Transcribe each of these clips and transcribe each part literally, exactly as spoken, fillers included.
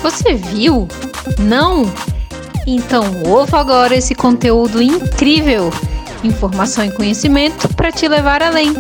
Você viu? Não? Então ouça agora esse conteúdo incrível. Informação e conhecimento para te levar além.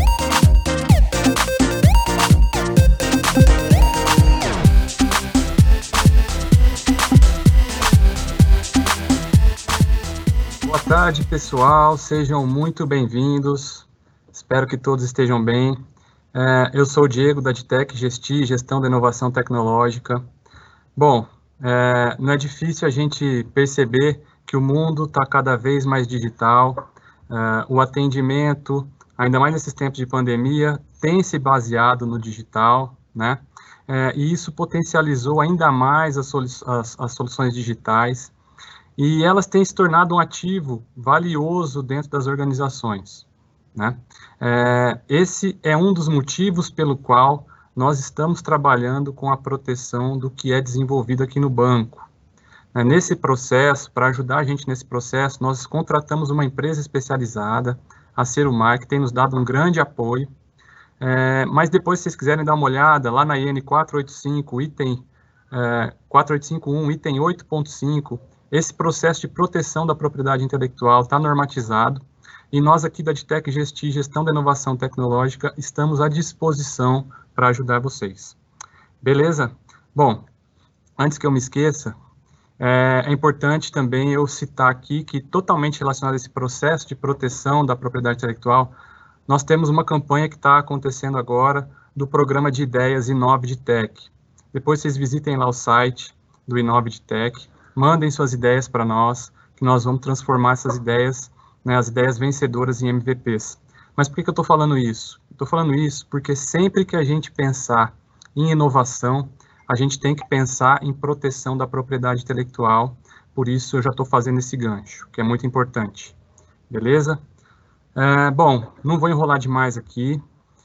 Boa tarde, pessoal. Sejam muito bem-vindos. Espero que todos estejam bem. É, eu sou o Diego, da Adtech Gesti, Gestão da Inovação Tecnológica. Bom, é, não é difícil a gente perceber que o mundo está cada vez mais digital. É, o atendimento, ainda mais nesses tempos de pandemia, tem se baseado no digital, né? É, e isso potencializou ainda mais as, solu as, as soluções digitais. E elas têm se tornado um ativo valioso dentro das organizações, né? É, esse é um dos motivos pelo qual nós estamos trabalhando com a proteção do que é desenvolvido aqui no banco. É, nesse processo, para ajudar a gente nesse processo, nós contratamos uma empresa especializada, a Serumar, que tem nos dado um grande apoio. É, mas depois, se vocês quiserem dar uma olhada, lá na I N quatrocentos e oitenta e cinco, item é, quatrocentos e oitenta e cinco ponto um, item oito ponto cinco, esse processo de proteção da propriedade intelectual está normatizado, e nós aqui da Adtech Gesti, Gestão da Inovação Tecnológica, estamos à disposição para ajudar vocês. Beleza? Bom, antes que eu me esqueça, é, é importante também eu citar aqui que, totalmente relacionado a esse processo de proteção da propriedade intelectual, nós temos uma campanha que está acontecendo agora do programa de ideias Inove de Tech. Depois vocês visitem lá o site do Inove de Tech, mandem suas ideias para nós, que nós vamos transformar essas ideias, né, as ideias vencedoras em M V Ps. Mas por que, que eu estou falando isso? Estou falando isso porque sempre que a gente pensar em inovação, a gente tem que pensar em proteção da propriedade intelectual, por isso eu já estou fazendo esse gancho, que é muito importante. Beleza? É, bom, não vou enrolar demais aqui.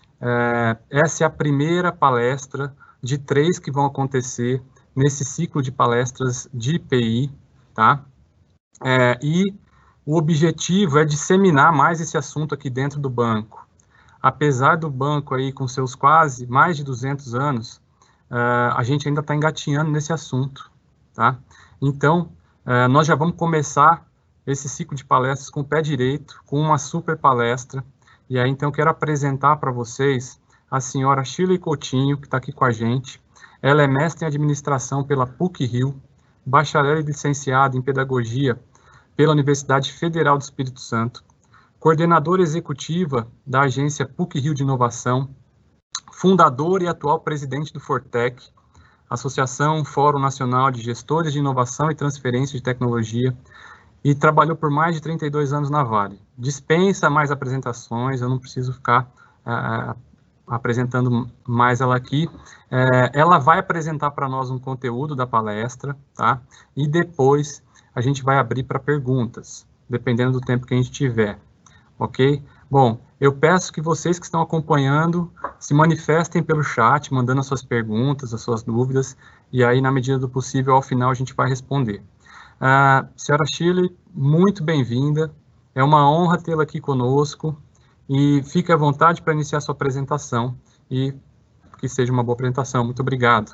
É, essa é a primeira palestra de três que vão acontecer nesse ciclo de palestras de I P I, tá? É, e o objetivo é disseminar mais esse assunto aqui dentro do banco. Apesar do banco aí com seus quase mais de duzentos anos, uh, a gente ainda está engatinhando nesse assunto, tá? Então, uh, nós já vamos começar esse ciclo de palestras com o pé direito, com uma super palestra. E aí, então, eu quero apresentar para vocês a senhora Shirley Coutinho, que está aqui com a gente. Ela é mestre em administração pela P U C-Rio, bacharel e licenciada em pedagogia pela Universidade Federal do Espírito Santo, coordenadora executiva da agência P U C-Rio de Inovação, fundadora e atual presidente do Fortec, Associação Fórum Nacional de Gestores de Inovação e Transferência de Tecnologia, e trabalhou por mais de trinta e dois anos na Vale. Dispensa mais apresentações, eu não preciso ficar uh, apresentando mais ela aqui. É, ela vai apresentar para nós um conteúdo da palestra, tá? E depois a gente vai abrir para perguntas, dependendo do tempo que a gente tiver, ok? Bom, eu peço que vocês que estão acompanhando se manifestem pelo chat, mandando as suas perguntas, as suas dúvidas, e aí, na medida do possível, ao final, a gente vai responder. Uh, senhora Shirley, muito bem-vinda, é uma honra tê-la aqui conosco, e fique à vontade para iniciar sua apresentação, e que seja uma boa apresentação. Muito obrigado.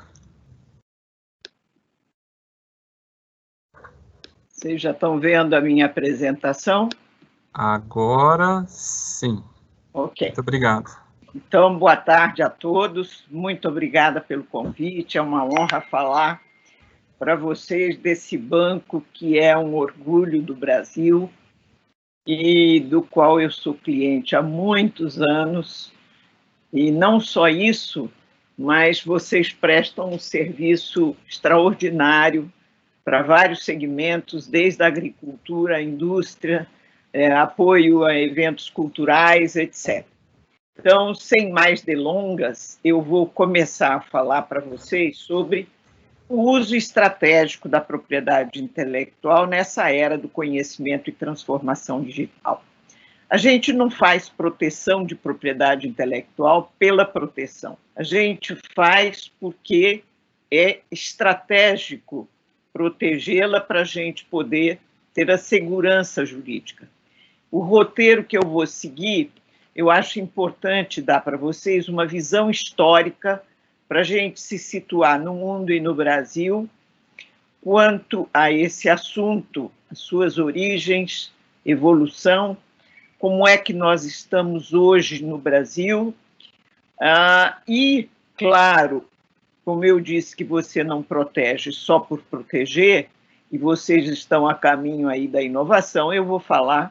Vocês já estão vendo a minha apresentação? Agora sim. Ok. Muito obrigado. Então, boa tarde a todos. Muito obrigada pelo convite. É uma honra falar para vocês desse banco que é um orgulho do Brasil e do qual eu sou cliente há muitos anos. E não só isso, mas vocês prestam um serviço extraordinário para vários segmentos, desde a agricultura, a indústria, é, apoio a eventos culturais, etcétera. Então, sem mais delongas, eu vou começar a falar para vocês sobre o uso estratégico da propriedade intelectual nessa era do conhecimento e transformação digital. A gente não faz proteção de propriedade intelectual pela proteção. A gente faz porque é estratégico protegê-la para a gente poder ter a segurança jurídica. O roteiro que eu vou seguir, eu acho importante dar para vocês uma visão histórica para a gente se situar no mundo e no Brasil, quanto a esse assunto, as suas origens, evolução, como é que nós estamos hoje no Brasil, ah, e, claro, como eu disse que você não protege só por proteger, e vocês estão a caminho aí da inovação, eu vou falar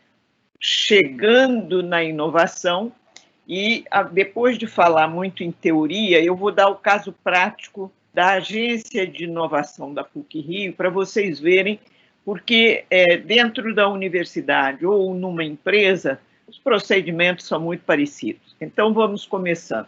chegando na inovação, e depois de falar muito em teoria, eu vou dar o caso prático da Agência de Inovação da PUC-Rio, para vocês verem, porque é, dentro da universidade ou numa empresa, os procedimentos são muito parecidos. Então, vamos começando.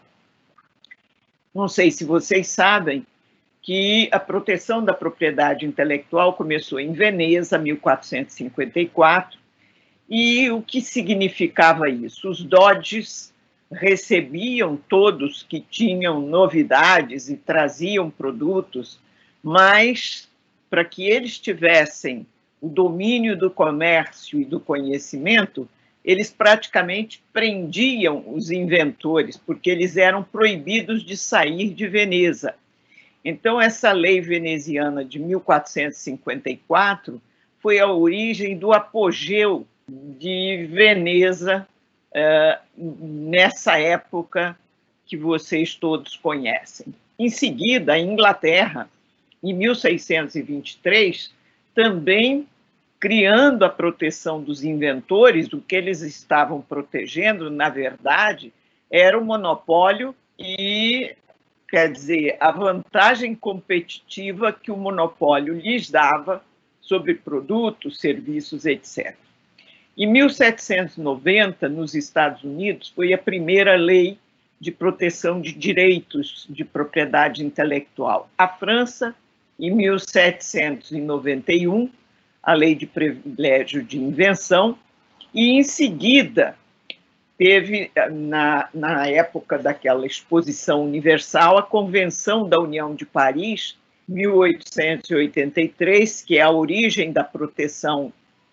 Não sei se vocês sabem que a proteção da propriedade intelectual começou em Veneza, mil quatrocentos e cinquenta e quatro, e o que significava isso? Os doges recebiam todos que tinham novidades e traziam produtos, mas para que eles tivessem o domínio do comércio e do conhecimento, eles praticamente prendiam os inventores, porque eles eram proibidos de sair de Veneza. Então, essa lei veneziana de mil quatrocentos e cinquenta e quatro foi a origem do apogeu de Veneza, uh, nessa época que vocês todos conhecem. Em seguida, a Inglaterra, em mil seiscentos e vinte e três, também criando a proteção dos inventores, o que eles estavam protegendo, na verdade, era o monopólio e, quer dizer, a vantagem competitiva que o monopólio lhes dava sobre produtos, serviços, etcétera. Em mil setecentos e noventa, nos Estados Unidos, foi a primeira lei de proteção de direitos de propriedade intelectual. A França, em mil setecentos e noventa e um, a Lei de Privilégio de Invenção, e, em seguida, teve, na, na época daquela Exposição Universal, a Convenção da União de Paris, mil oitocentos e oitenta e três, que é a origem da proteção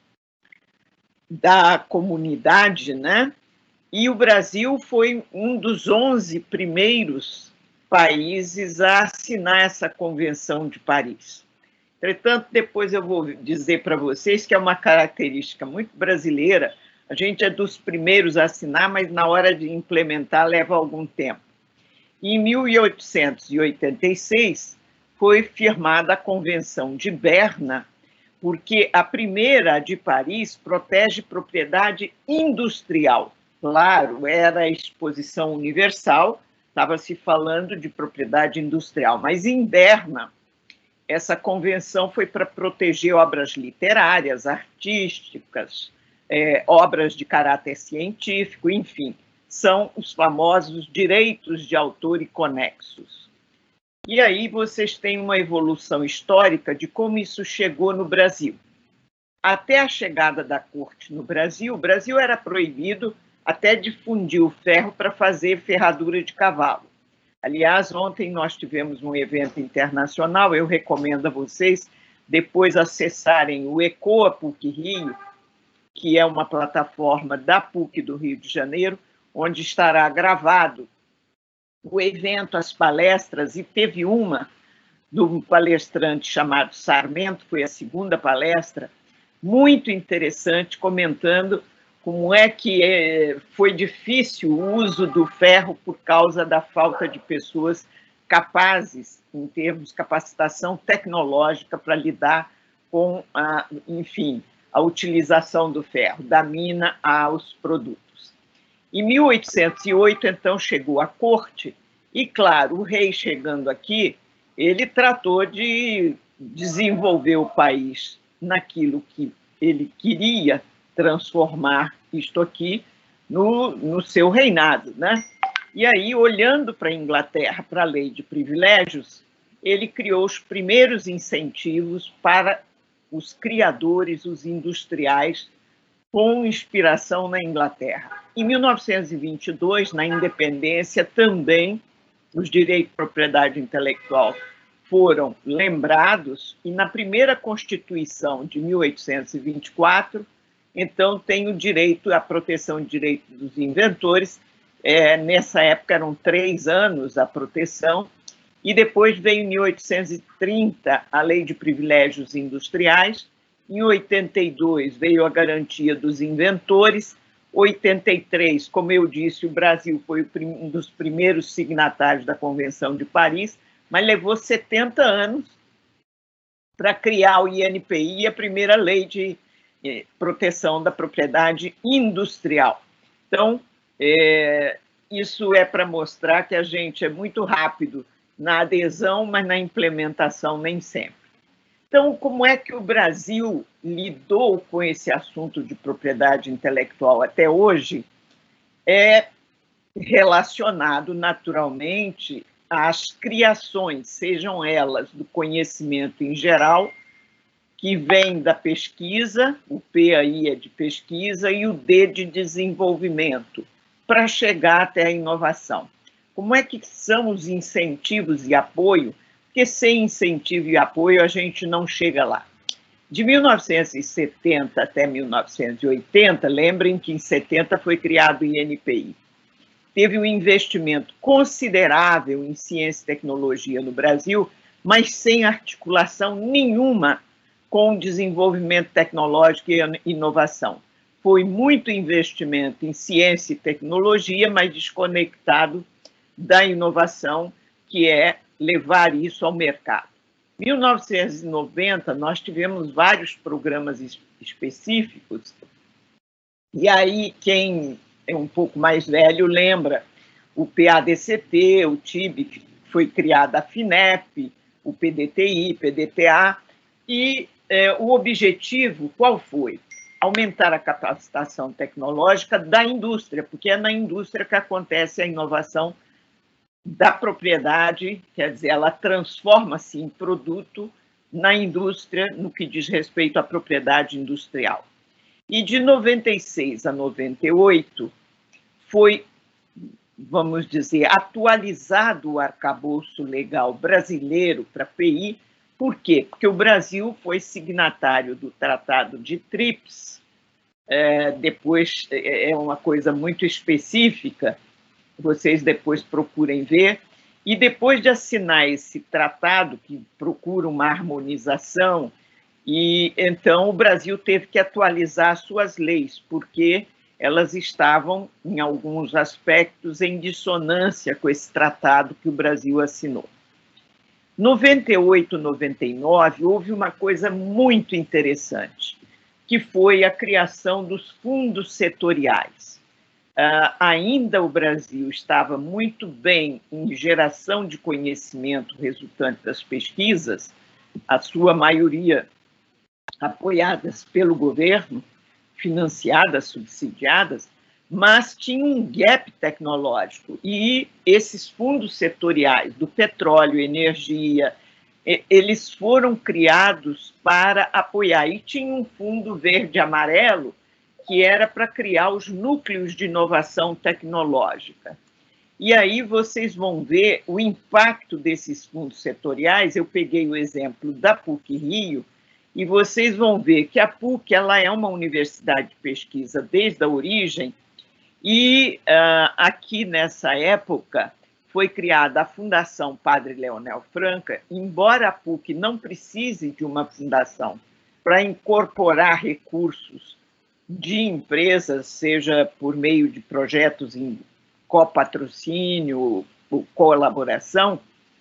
da comunidade, né? E o Brasil foi um dos onze primeiros países a assinar essa Convenção de Paris. Entretanto, depois eu vou dizer para vocês que é uma característica muito brasileira, a gente é dos primeiros a assinar, mas na hora de implementar leva algum tempo. E em mil oitocentos e oitenta e seis foi firmada a Convenção de Berna, porque a primeira, a de Paris, protege propriedade industrial. Claro, era a Exposição Universal, estava se falando de propriedade industrial, mas em Berna, essa convenção foi para proteger obras literárias, artísticas, é, obras de caráter científico, enfim, são os famosos direitos de autor e conexos. E aí vocês têm uma evolução histórica de como isso chegou no Brasil. Até a chegada da corte no Brasil, o Brasil era proibido até de fundir o ferro para fazer ferradura de cavalo. Aliás, ontem nós tivemos um evento internacional, eu recomendo a vocês depois acessarem o ECOA PUC-Rio, que é uma plataforma da PUC do Rio de Janeiro, onde estará gravado o evento, as palestras, e teve uma de um palestrante chamado Sarmento, foi a segunda palestra, muito interessante, comentando como é que foi difícil o uso do ferro por causa da falta de pessoas capazes, em termos de capacitação tecnológica, para lidar com, a, enfim, a utilização do ferro, da mina aos produtos. Em mil oitocentos e oito, então, chegou a corte, e, claro, o rei chegando aqui, ele tratou de desenvolver o país naquilo que ele queria transformar isto aqui no, no seu reinado, né? E aí, olhando para a Inglaterra, para a lei de privilégios, ele criou os primeiros incentivos para os criadores, os industriais, com inspiração na Inglaterra. Em mil novecentos e vinte e dois, na independência, também os direitos de propriedade intelectual foram lembrados, e na primeira Constituição de mil oitocentos e vinte e quatro, então, tem o direito à proteção de direitos dos inventores, É, nessa época eram três anos a proteção, e depois veio em mil oitocentos e trinta a Lei de Privilégios Industriais, em oitenta e dois veio a Garantia dos Inventores, oitenta e três, como eu disse, o Brasil foi um dos primeiros signatários da Convenção de Paris, mas levou setenta anos para criar o I N P I, a primeira lei de proteção da propriedade industrial. Então, é, isso é para mostrar que a gente é muito rápido na adesão, mas na implementação nem sempre. Então, como é que o Brasil lidou com esse assunto de propriedade intelectual até hoje? É relacionado naturalmente às criações, sejam elas do conhecimento em geral, que vem da pesquisa, o P aí é de pesquisa e o D de desenvolvimento, para chegar até a inovação. Como é que são os incentivos e apoio? Porque sem incentivo e apoio a gente não chega lá. De mil novecentos e setenta até mil novecentos e oitenta, lembrem que em setenta foi criado o I N P I. Teve um investimento considerável em ciência e tecnologia no Brasil, mas sem articulação nenhuma com o desenvolvimento tecnológico e inovação. Foi muito investimento em ciência e tecnologia, mas desconectado da inovação, que é levar isso ao mercado. Em mil novecentos e noventa, nós tivemos vários programas específicos, e aí quem é um pouco mais velho lembra o P A D C T, o T I B, que foi criada a FINEP, o P D T I, P D T A, e é, o objetivo qual foi? Aumentar a capacitação tecnológica da indústria, porque é na indústria que acontece a inovação da propriedade, quer dizer, ela transforma-se em produto na indústria no que diz respeito à propriedade industrial. E de noventa e seis a noventa e oito foi, vamos dizer, atualizado o arcabouço legal brasileiro para a P I. Por quê? Porque o Brasil foi signatário do Tratado de TRIPS, é, depois é uma coisa muito específica, vocês depois procurem ver, e depois de assinar esse tratado, que procura uma harmonização, e então o Brasil teve que atualizar suas leis, porque elas estavam, em alguns aspectos, em dissonância com esse tratado que o Brasil assinou. noventa e oito, noventa e nove, houve uma coisa muito interessante, que foi a criação dos fundos setoriais. Uh, ainda o Brasil estava muito bem em geração de conhecimento resultante das pesquisas, a sua maioria apoiadas pelo governo, financiadas, subsidiadas, mas tinha um gap tecnológico, e esses fundos setoriais do petróleo, energia, eles foram criados para apoiar, e tinha um fundo verde-amarelo que era para criar os núcleos de inovação tecnológica. E aí vocês vão ver o impacto desses fundos setoriais. Eu peguei o exemplo da PUC-Rio, e vocês vão ver que a PUC ela é uma universidade de pesquisa desde a origem, e uh, aqui nessa época foi criada a Fundação Padre Leonel Franca. Embora a PUC não precise de uma fundação para incorporar recursos de empresas, seja por meio de projetos em copatrocínio ou colaboração,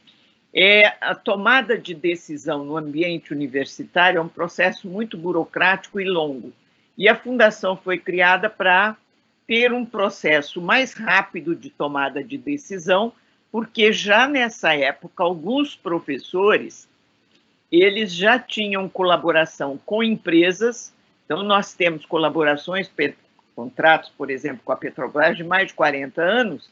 é, a tomada de decisão no ambiente universitário é um processo muito burocrático e longo. E a fundação foi criada para ter um processo mais rápido de tomada de decisão, porque já nessa época, alguns professores, eles já tinham colaboração com empresas. Então, nós temos colaborações, contratos, por exemplo, com a Petrobras de mais de quarenta anos,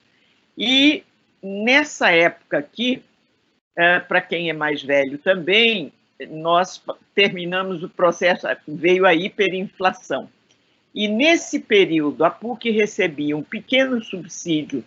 e nessa época aqui, para quem é mais velho também, nós terminamos o processo, veio a hiperinflação. E nesse período, a PUC recebia um pequeno subsídio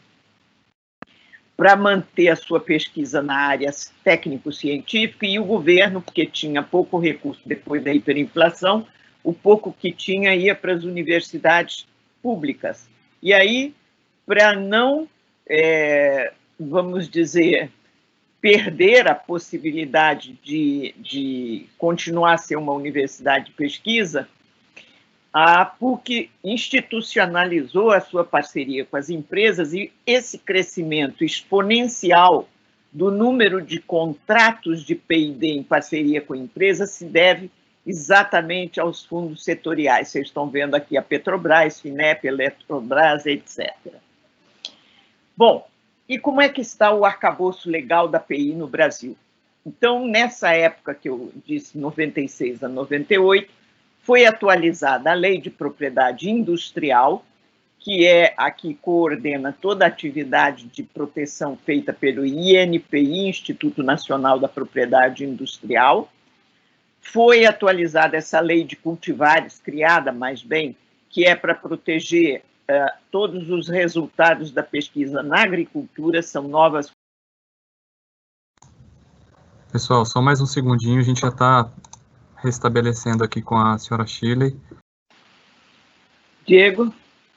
para manter a sua pesquisa na área técnico-científica, e o governo, porque tinha pouco recurso depois da hiperinflação, o pouco que tinha ia para as universidades públicas. E aí para não, é, vamos dizer, perder a possibilidade de, de continuar a ser uma universidade de pesquisa, a PUC institucionalizou a sua parceria com as empresas e esse crescimento exponencial do número de contratos de P e D em parceria com empresas se deve exatamente aos fundos setoriais. Vocês estão vendo aqui a Petrobras, Finep, Eletrobras, etcétera. Bom, e como é que está o arcabouço legal da P I no Brasil? Então, nessa época que eu disse, noventa e seis a noventa e oito, foi atualizada a Lei de Propriedade Industrial, que é a que coordena toda a atividade de proteção feita pelo I N P I, Instituto Nacional da Propriedade Industrial. Foi atualizada essa Lei de Cultivares, criada, mais bem, que é para proteger uh, todos os resultados da pesquisa na agricultura, são novas. Pessoal, só mais um segundinho, a gente já está restabelecendo aqui com a senhora Shirley. Diego?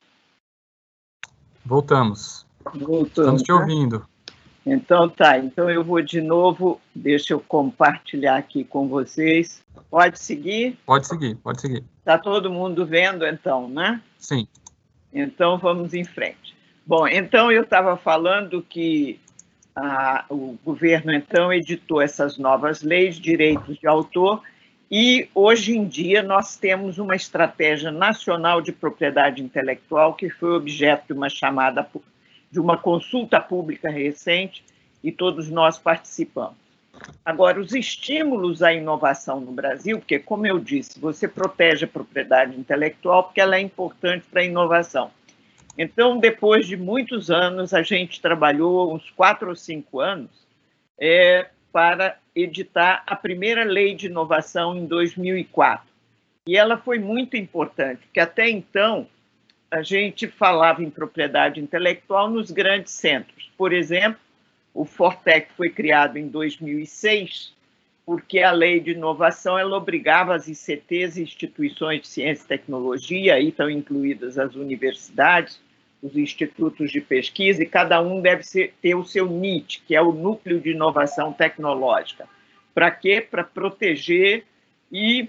Voltamos. Voltamos. Estamos te ouvindo. Então tá, então eu vou de novo, deixa eu compartilhar aqui com vocês. Pode seguir? Pode seguir, pode seguir. Está todo mundo vendo então, né? Sim. Então vamos em frente. Bom, então eu estava falando que ah, o governo então editou essas novas leis, direitos de autor, e hoje em dia nós temos uma estratégia nacional de propriedade intelectual que foi objeto de uma chamada, de uma consulta pública recente, e todos nós participamos. Agora, os estímulos à inovação no Brasil, porque, como eu disse, você protege a propriedade intelectual porque ela é importante para a inovação. Então, depois de muitos anos, a gente trabalhou uns quatro ou cinco anos é, para editar a primeira lei de inovação em dois mil e quatro. E ela foi muito importante, porque até então a gente falava em propriedade intelectual nos grandes centros. Por exemplo, o Fortec foi criado em dois mil e seis, porque a lei de inovação ela obrigava as I C Tês, instituições de ciência e tecnologia, aí estão incluídas as universidades, os institutos de pesquisa, e cada um deve ser, ter o seu N I T, que é o Núcleo de Inovação Tecnológica. Para quê? Para proteger e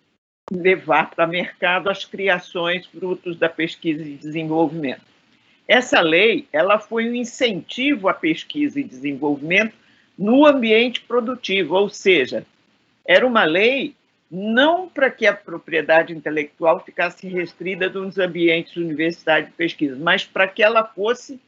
levar para o mercado as criações frutos da pesquisa e desenvolvimento. Essa lei ela foi um incentivo à pesquisa e desenvolvimento no ambiente produtivo, ou seja, era uma lei não para que a propriedade intelectual ficasse restrita nos ambientes universitários de pesquisa, mas para que ela fosse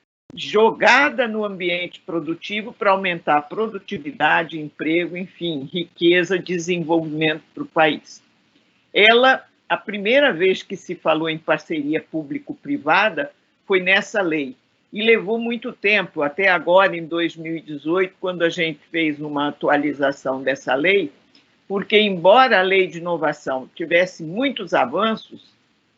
jogada no ambiente produtivo para aumentar a produtividade, emprego, enfim, riqueza, desenvolvimento para o país. Ela, a primeira vez que se falou em parceria público-privada foi nessa lei, e levou muito tempo, até agora, em dois mil e dezoito, quando a gente fez uma atualização dessa lei, porque, embora a lei de inovação tivesse muitos avanços,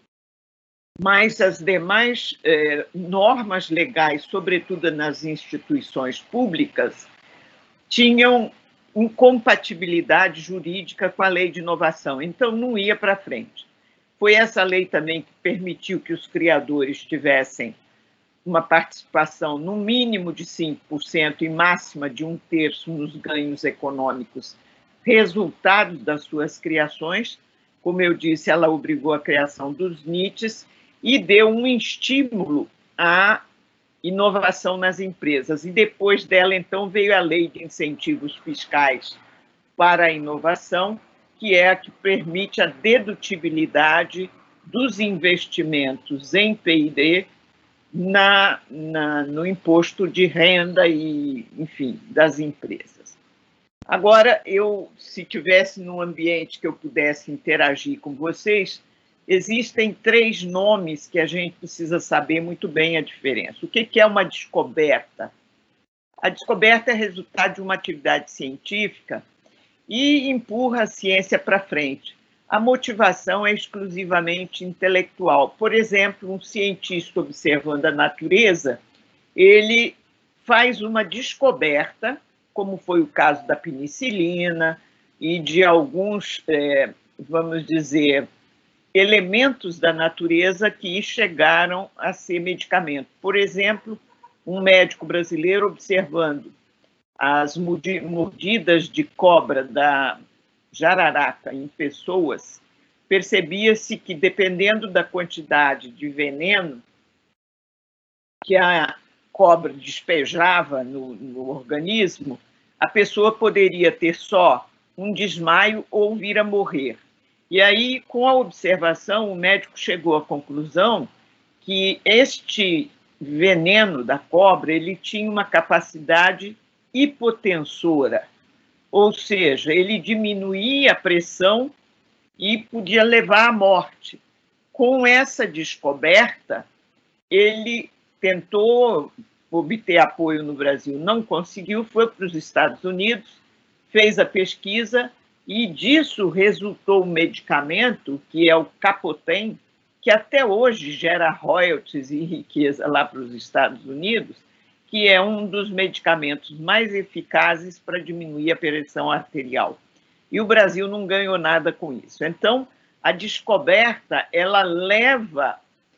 mas as demais eh, normas legais, sobretudo nas instituições públicas, tinham incompatibilidade jurídica com a lei de inovação, então não ia para frente. Foi essa lei também que permitiu que os criadores tivessem uma participação no mínimo de cinco por cento e máxima de um terço nos ganhos econômicos resultados das suas criações. Como eu disse, ela obrigou a criação dos N I Ts e deu um estímulo à inovação nas empresas. E depois dela, então, veio a Lei de Incentivos Fiscais para a Inovação, que é a que permite a dedutibilidade dos investimentos em P e D na, na, no imposto de renda e, enfim, das empresas. Agora, eu, se tivesse num ambiente que eu pudesse interagir com vocês, existem três nomes que a gente precisa saber muito bem a diferença. O que é uma descoberta? A descoberta é resultado de uma atividade científica e empurra a ciência para frente. A motivação é exclusivamente intelectual. Por exemplo, um cientista observando a natureza, ele faz uma descoberta, como foi o caso da penicilina e de alguns, é, vamos dizer, elementos da natureza que chegaram a ser medicamento. Por exemplo, um médico brasileiro observando as mordidas de cobra da jararaca em pessoas, percebia-se que, dependendo da quantidade de veneno que a cobra despejava no, no organismo, a pessoa poderia ter só um desmaio ou vir a morrer. E aí, com a observação, o médico chegou à conclusão que este veneno da cobra ele tinha uma capacidade hipotensora, ou seja, ele diminuía a pressão e podia levar à morte. Com essa descoberta, ele tentou obter apoio no Brasil, não conseguiu, foi para os Estados Unidos, fez a pesquisa e disso resultou um medicamento, que é o Capotem, que até hoje gera royalties e riqueza lá para os Estados Unidos, que é um dos medicamentos mais eficazes para diminuir a pressão arterial. E o Brasil não ganhou nada com isso. Então, a descoberta, ela leva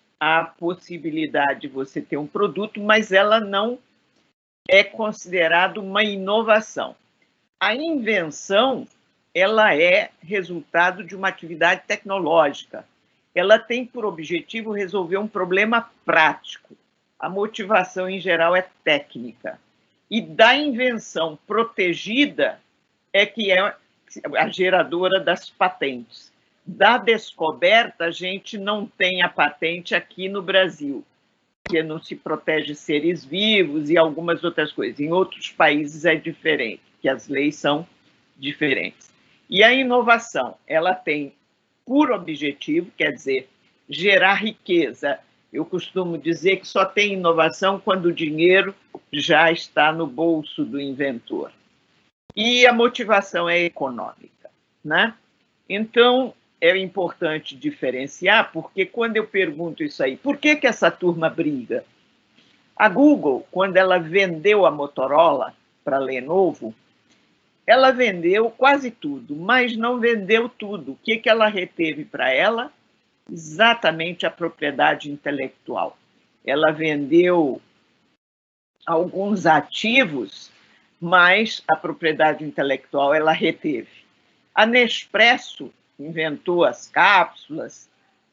à possibilidade de você ter um produto, mas ela não é considerada uma inovação. A invenção, ela é resultado de uma atividade tecnológica. Ela tem por objetivo resolver um problema prático. A motivação, em geral, é técnica. E da invenção protegida é que é a geradora das patentes. Da descoberta, a gente não tem a patente aqui no Brasil, porque não se protege seres vivos e algumas outras coisas. Em outros países é diferente, que as leis são diferentes. E a inovação, ela tem por objetivo, quer dizer, gerar riqueza. Eu costumo dizer que só tem inovação quando o dinheiro já está no bolso do inventor. E a motivação é econômica, né? Então, é importante diferenciar, porque quando eu pergunto isso aí, por que que essa turma briga? A Google, quando ela vendeu a Motorola para a Lenovo, ela vendeu quase tudo, mas não vendeu tudo. O que que ela reteve para ela? Exatamente a propriedade intelectual. Ela vendeu alguns ativos, mas a propriedade intelectual ela reteve. A Nespresso inventou as cápsulas,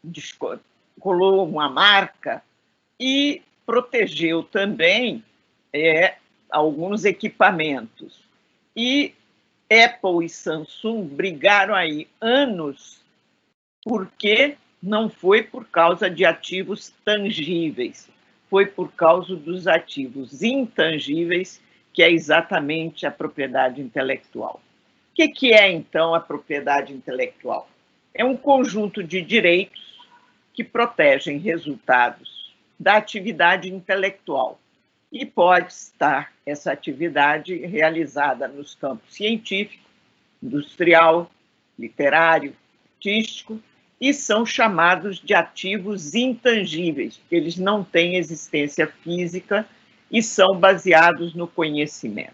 colou uma marca e protegeu também é, alguns equipamentos. E Apple e Samsung brigaram aí anos, porque não foi por causa de ativos tangíveis, foi por causa dos ativos intangíveis, que é exatamente a propriedade intelectual. O que que é, então, a propriedade intelectual? É um conjunto de direitos que protegem resultados da atividade intelectual. E pode estar essa atividade realizada nos campos científico, industrial, literário, artístico, e são chamados de ativos intangíveis, porque eles não têm existência física e são baseados no conhecimento.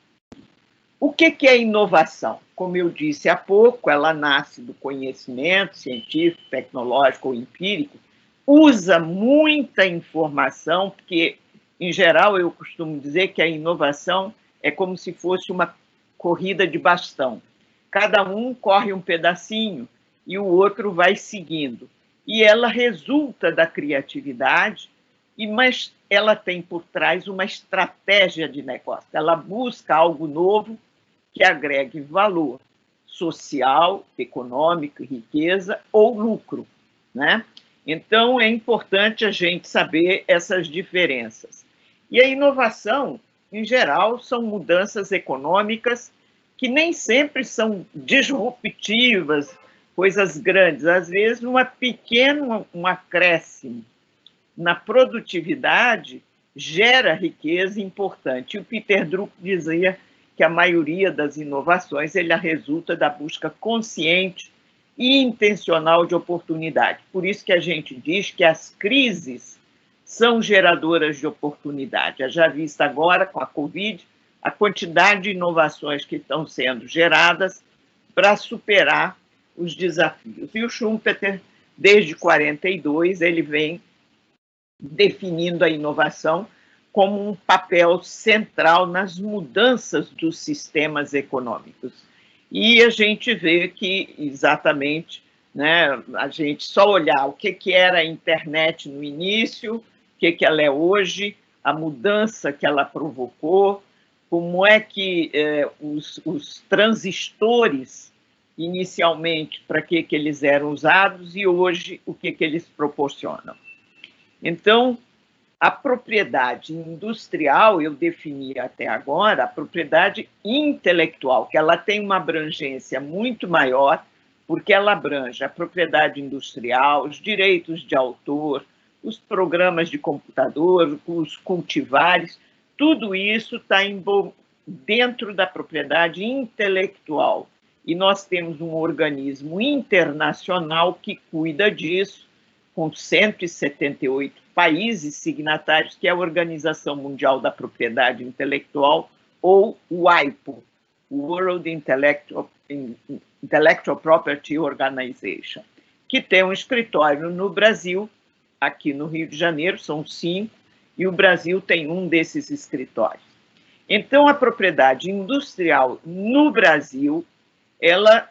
O que que é inovação? Como eu disse há pouco, ela nasce do conhecimento científico, tecnológico ou empírico, usa muita informação, porque, em geral, eu costumo dizer que a inovação é como se fosse uma corrida de bastão. Cada um corre um pedacinho e o outro vai seguindo. E ela resulta da criatividade, mas ela tem por trás uma estratégia de negócio. Ela busca algo novo que agregue valor social, econômico, riqueza ou lucro, né? Então, é importante a gente saber essas diferenças. E a inovação, em geral, são mudanças econômicas que nem sempre são disruptivas, coisas grandes. Às vezes, uma pequena, um acréscimo na produtividade gera riqueza importante. O Peter Drucker dizia que a maioria das inovações ela resulta da busca consciente e intencional de oportunidade. Por isso que a gente diz que as crises são geradoras de oportunidade. Já vista agora com a Covid, a quantidade de inovações que estão sendo geradas para superar os desafios. E o Schumpeter desde quarenta e dois, ele vem definindo a inovação como um papel central nas mudanças dos sistemas econômicos. E a gente vê que, exatamente, né, a gente só olhar o que, que era a internet no início, o que, que ela é hoje, a mudança que ela provocou, como é que eh, os, os transistores, inicialmente, para que, que eles eram usados e hoje o que, que eles proporcionam. Então, a propriedade industrial, eu defini até agora, a propriedade intelectual, que ela tem uma abrangência muito maior, porque ela abrange a propriedade industrial, os direitos de autor, os programas de computador, os cultivares, tudo isso está dentro da propriedade intelectual. E nós temos um organismo internacional que cuida disso, com cento e setenta e oito países signatários, que é a Organização Mundial da Propriedade Intelectual, ou o W I P O, World Intellectual, Intellectual Property Organization, que tem um escritório no Brasil, aqui no Rio de Janeiro, são cinco, e o Brasil tem um desses escritórios. Então, a propriedade industrial no Brasil, ela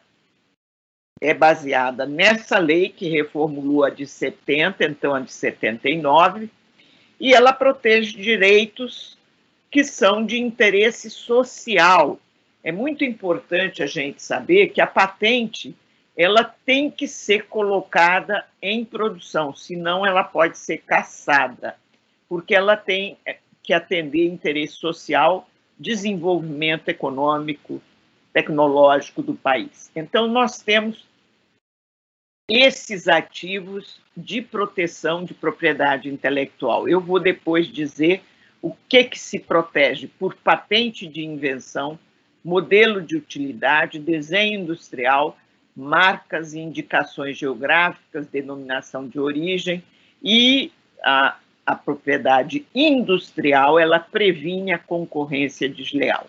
é baseada nessa lei que reformulou a de setenta, então a de setenta e nove, e ela protege direitos que são de interesse social. É muito importante a gente saber que a patente ela tem que ser colocada em produção, senão ela pode ser cassada, porque ela tem que atender interesse social, desenvolvimento econômico, tecnológico do país. Então, nós temos esses ativos de proteção de propriedade intelectual. Eu vou depois dizer o que, que se protege por patente de invenção, modelo de utilidade, desenho industrial, marcas e indicações geográficas, denominação de origem, e a, a propriedade industrial, ela previne a concorrência desleal.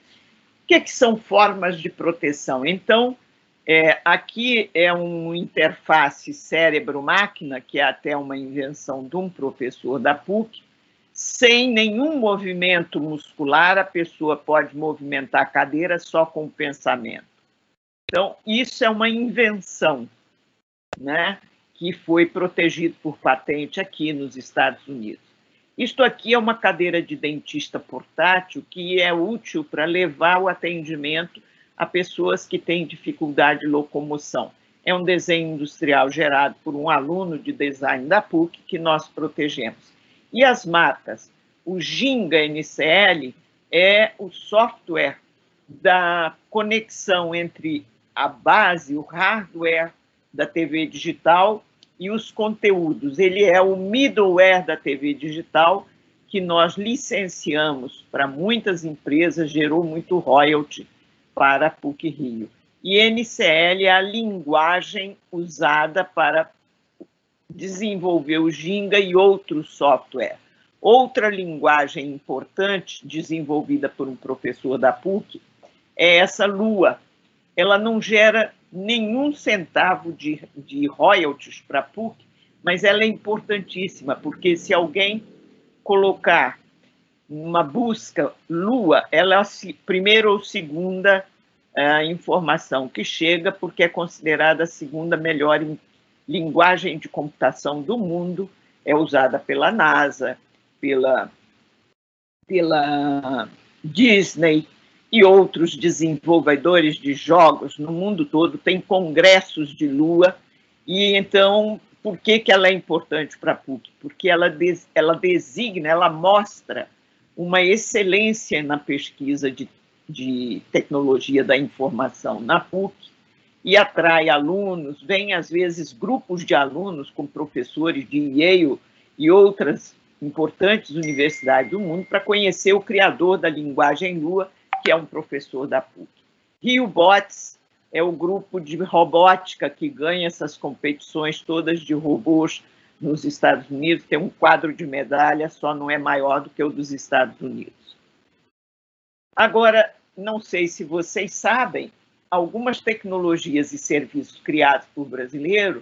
O que, que são formas de proteção? Então, É, aqui é uma interface cérebro-máquina, que é até uma invenção de um professor da P U C. Sem nenhum movimento muscular, a pessoa pode movimentar a cadeira só com o pensamento. Então, isso é uma invenção, né, que foi protegido por patente aqui nos Estados Unidos. Isto aqui é uma cadeira de dentista portátil que é útil para levar o atendimento a pessoas que têm dificuldade de locomoção. É um desenho industrial gerado por um aluno de design da P U C que nós protegemos. E as marcas? O Ginga N C L é o software da conexão entre a base, o hardware da T V digital e os conteúdos. Ele é o middleware da T V digital que nós licenciamos para muitas empresas, gerou muito royalty para a P U C Rio. E N C L é a linguagem usada para desenvolver o Ginga e outros software. Outra linguagem importante, desenvolvida por um professor da P U C, é essa Lua. Ela não gera nenhum centavo de, de royalties para a P U C, mas ela é importantíssima, porque se alguém colocar uma busca Lua, ela é a primeira ou segunda uh, informação que chega, porque é considerada a segunda melhor linguagem de computação do mundo, é usada pela NASA, pela, pela Disney e outros desenvolvedores de jogos no mundo todo, tem congressos de Lua, e então, por que, que ela é importante para a P U C? Porque ela, des, ela designa, ela mostra uma excelência na pesquisa de, de tecnologia da informação na P U C e atrai alunos, vem às vezes grupos de alunos com professores de Yale e outras importantes universidades do mundo para conhecer o criador da linguagem Lua, que é um professor da P U C. RioBots é o grupo de robótica que ganha essas competições todas de robôs nos Estados Unidos, tem um quadro de medalha, só não é maior do que o dos Estados Unidos. Agora, não sei se vocês sabem, algumas tecnologias e serviços criados por brasileiro,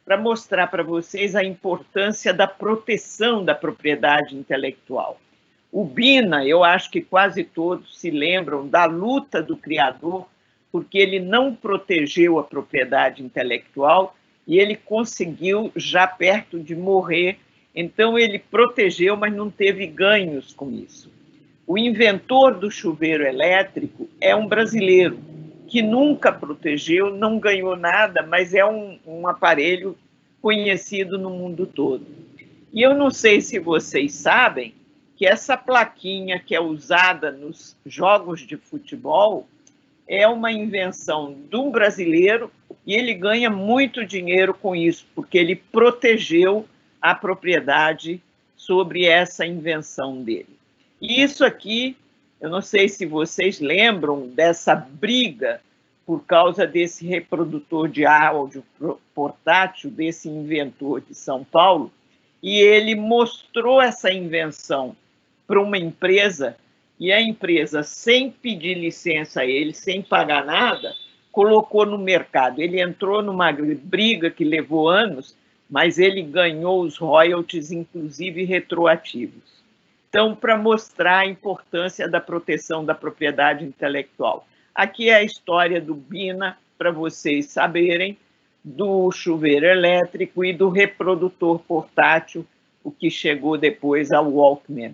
para mostrar para vocês a importância da proteção da propriedade intelectual. O Bina, eu acho que quase todos se lembram da luta do criador, porque ele não protegeu a propriedade intelectual e ele conseguiu, já perto de morrer, então ele protegeu, mas não teve ganhos com isso. O inventor do chuveiro elétrico é um brasileiro, que nunca protegeu, não ganhou nada, mas é um, um aparelho conhecido no mundo todo. E eu não sei se vocês sabem que essa plaquinha que é usada nos jogos de futebol é uma invenção de um brasileiro e ele ganha muito dinheiro com isso, porque ele protegeu a propriedade sobre essa invenção dele. E isso aqui, eu não sei se vocês lembram dessa briga por causa desse reprodutor de áudio portátil, desse inventor de São Paulo, e ele mostrou essa invenção para uma empresa, e a empresa, sem pedir licença a ele, sem pagar nada, colocou no mercado. Ele entrou numa briga que levou anos, mas ele ganhou os royalties, inclusive retroativos. Então, para mostrar a importância da proteção da propriedade intelectual. Aqui é a história do Bina, para vocês saberem, do chuveiro elétrico e do reprodutor portátil, o que chegou depois ao Walkman.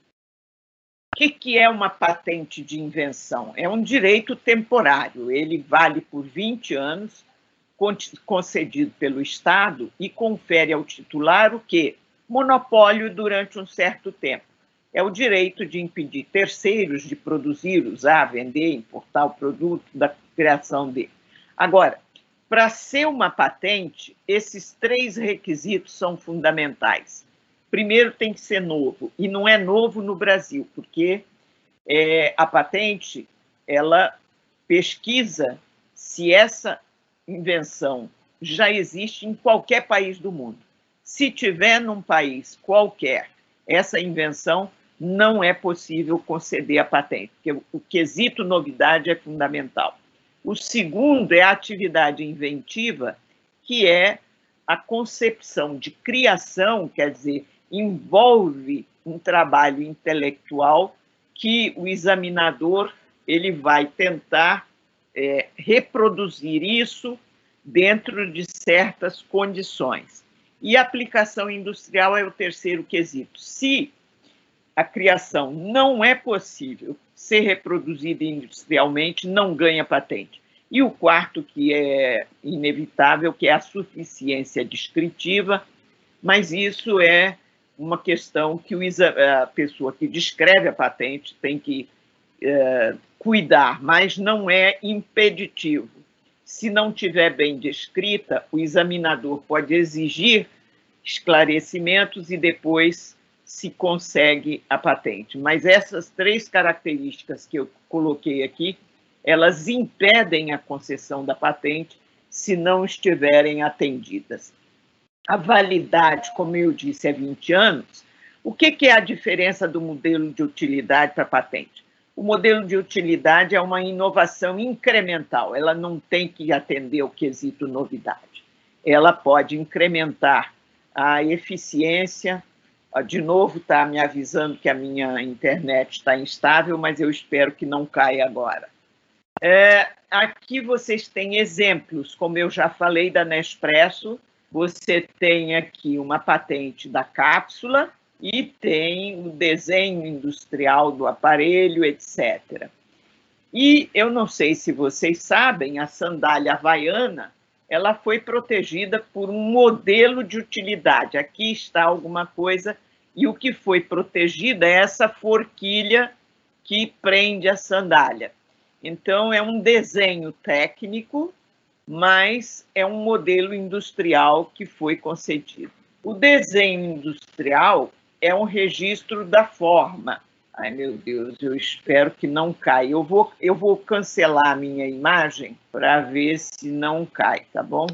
O que, que é uma patente de invenção? É um direito temporário, ele vale por vinte anos, concedido pelo Estado e confere ao titular o quê? Monopólio durante um certo tempo. É o direito de impedir terceiros de produzir, usar, vender, importar o produto da criação dele. Agora, para ser uma patente, esses três requisitos são fundamentais. Primeiro, tem que ser novo, e não é novo no Brasil, porque é, a patente ela pesquisa se essa invenção já existe em qualquer país do mundo. Se tiver num país qualquer essa invenção, não é possível conceder a patente, porque o quesito novidade é fundamental. O segundo é a atividade inventiva, que é a concepção de criação, quer dizer, envolve um trabalho intelectual que o examinador ele vai tentar é, reproduzir isso dentro de certas condições. E a aplicação industrial é o terceiro quesito. Se a criação não é possível ser reproduzida industrialmente, não ganha patente. E o quarto, que é inevitável, que é a suficiência descritiva, mas isso é uma questão que a pessoa que descreve a patente tem que é, cuidar, mas não é impeditivo. Se não tiver bem descrita, o examinador pode exigir esclarecimentos e depois se consegue a patente. Mas essas três características que eu coloquei aqui, elas impedem a concessão da patente se não estiverem atendidas. A validade, como eu disse, é vinte anos. O que é a diferença do modelo de utilidade para a patente? O modelo de utilidade é uma inovação incremental, ela não tem que atender o quesito novidade. Ela pode incrementar a eficiência. De novo, está me avisando que a minha internet está instável, mas eu espero que não caia agora. É, aqui vocês têm exemplos, como eu já falei da Nespresso, você tem aqui uma patente da cápsula e tem o desenho industrial do aparelho, etcétera. E eu não sei se vocês sabem, a sandália havaiana, ela foi protegida por um modelo de utilidade. Aqui está alguma coisa, e o que foi protegida é essa forquilha que prende a sandália. Então, é um desenho técnico, mas é um modelo industrial que foi concedido. O desenho industrial é um registro da forma. Ai, meu Deus, eu espero que não caia. Eu vou, eu vou cancelar a minha imagem para ver se não cai, tá bom?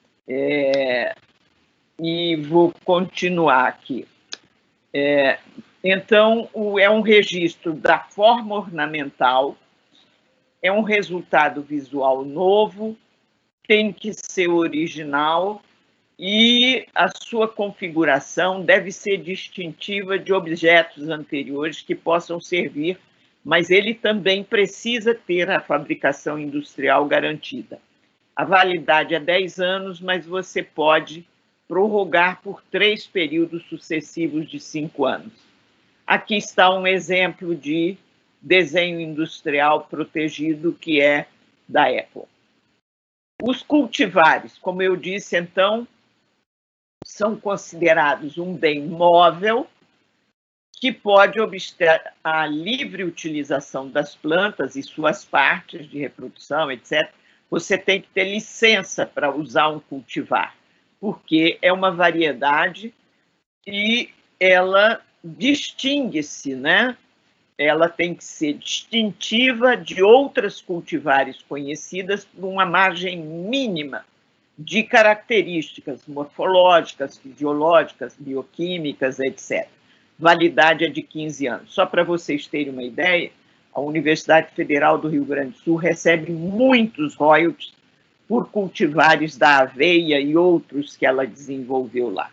É, e vou continuar aqui. É, então, o, é um registro da forma ornamental, é um resultado visual novo, tem que ser original e a sua configuração deve ser distintiva de objetos anteriores que possam servir, mas ele também precisa ter a fabricação industrial garantida. A validade é dez anos, mas você pode prorrogar por três períodos sucessivos de cinco anos. Aqui está um exemplo de desenho industrial protegido que é da Apple. Os cultivares, como eu disse, então, são considerados um bem móvel que pode obter a livre utilização das plantas e suas partes de reprodução, etcétera. Você tem que ter licença para usar um cultivar, porque é uma variedade e ela distingue-se, né? Ela tem que ser distintiva de outras cultivares conhecidas por uma margem mínima de características morfológicas, fisiológicas, bioquímicas, etcétera. Validade é de quinze anos. Só para vocês terem uma ideia, a Universidade Federal do Rio Grande do Sul recebe muitos royalties por cultivares da aveia e outros que ela desenvolveu lá.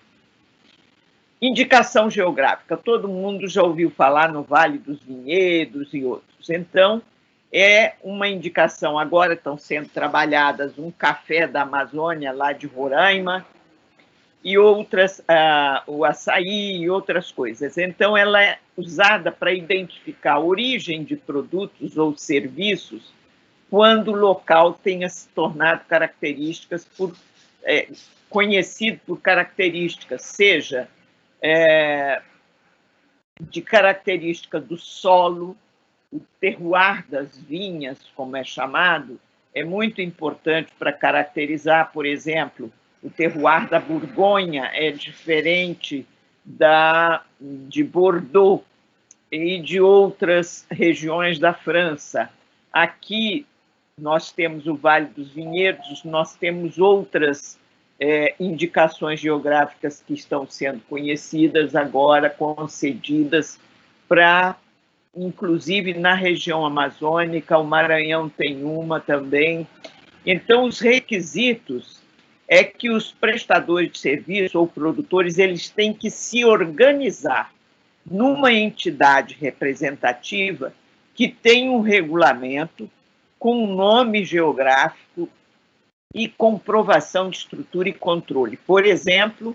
Indicação geográfica. Todo mundo já ouviu falar no Vale dos Vinhedos e outros. Então, é uma indicação. Agora estão sendo trabalhadas um café da Amazônia, lá de Roraima, e outras, uh, o açaí e outras coisas. Então, ela é usada para identificar a origem de produtos ou serviços quando o local tenha se tornado características por, é, conhecido por características, seja é, de característica do solo, o terroir das vinhas, como é chamado, é muito importante para caracterizar, por exemplo, o terroir da Borgonha é diferente da, de Bordeaux e de outras regiões da França. Aqui nós temos o Vale dos Vinhedos, nós temos outras é, indicações geográficas que estão sendo conhecidas agora, concedidas para, inclusive na região amazônica, o Maranhão tem uma também. Então, os requisitos é que os prestadores de serviço ou produtores eles têm que se organizar numa entidade representativa que tem um regulamento com nome geográfico e comprovação de estrutura e controle. Por exemplo,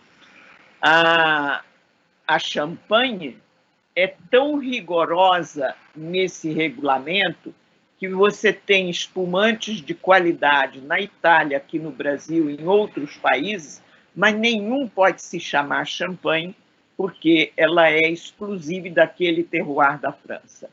a, a Champagne é tão rigorosa nesse regulamento que você tem espumantes de qualidade na Itália, aqui no Brasil e em outros países, mas nenhum pode se chamar Champagne, porque ela é exclusiva daquele terroir da França.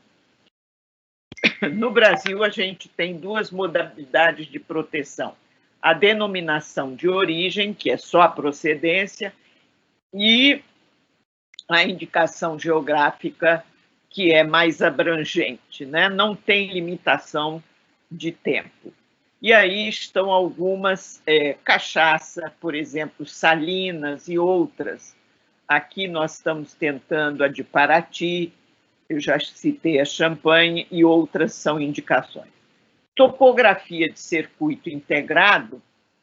No Brasil, a gente tem duas modalidades de proteção. A denominação de origem, que é só a procedência, e a indicação geográfica, que é mais abrangente, né? Não tem limitação de tempo. E aí estão algumas é, cachaça, por exemplo, Salinas e outras. Aqui nós estamos tentando a de Paraty, eu já citei a Champagne, e outras são indicações. Topografia de circuito integrado,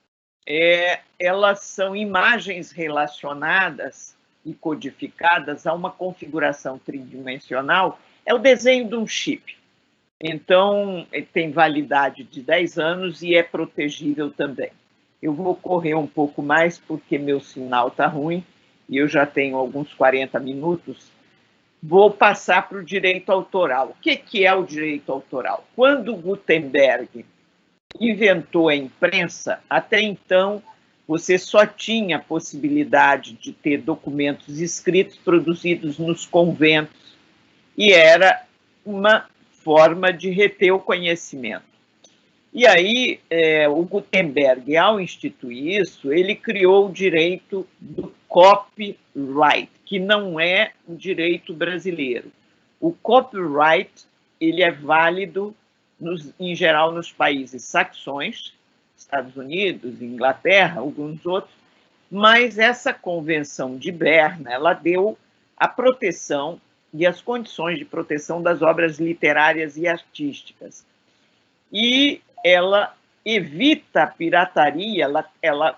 é, elas são imagens relacionadas e codificadas a uma configuração tridimensional, é o desenho de um chip. Então, tem validade de dez anos e é protegível também. Eu vou correr um pouco mais porque meu sinal está ruim e eu já tenho alguns quarenta minutos. Vou passar para o direito autoral. O que, que é o direito autoral? Quando Gutenberg inventou a imprensa, até então, você só tinha a possibilidade de ter documentos escritos produzidos nos conventos e era uma forma de reter o conhecimento. E aí, é, o Gutenberg, ao instituir isso, ele criou o direito do copyright, que não é um direito brasileiro. O copyright ele é válido, nos, em geral, nos países saxões, Estados Unidos, Inglaterra, alguns outros, mas essa convenção de Berna, ela deu a proteção e as condições de proteção das obras literárias e artísticas. E ela evita a pirataria, ela, ela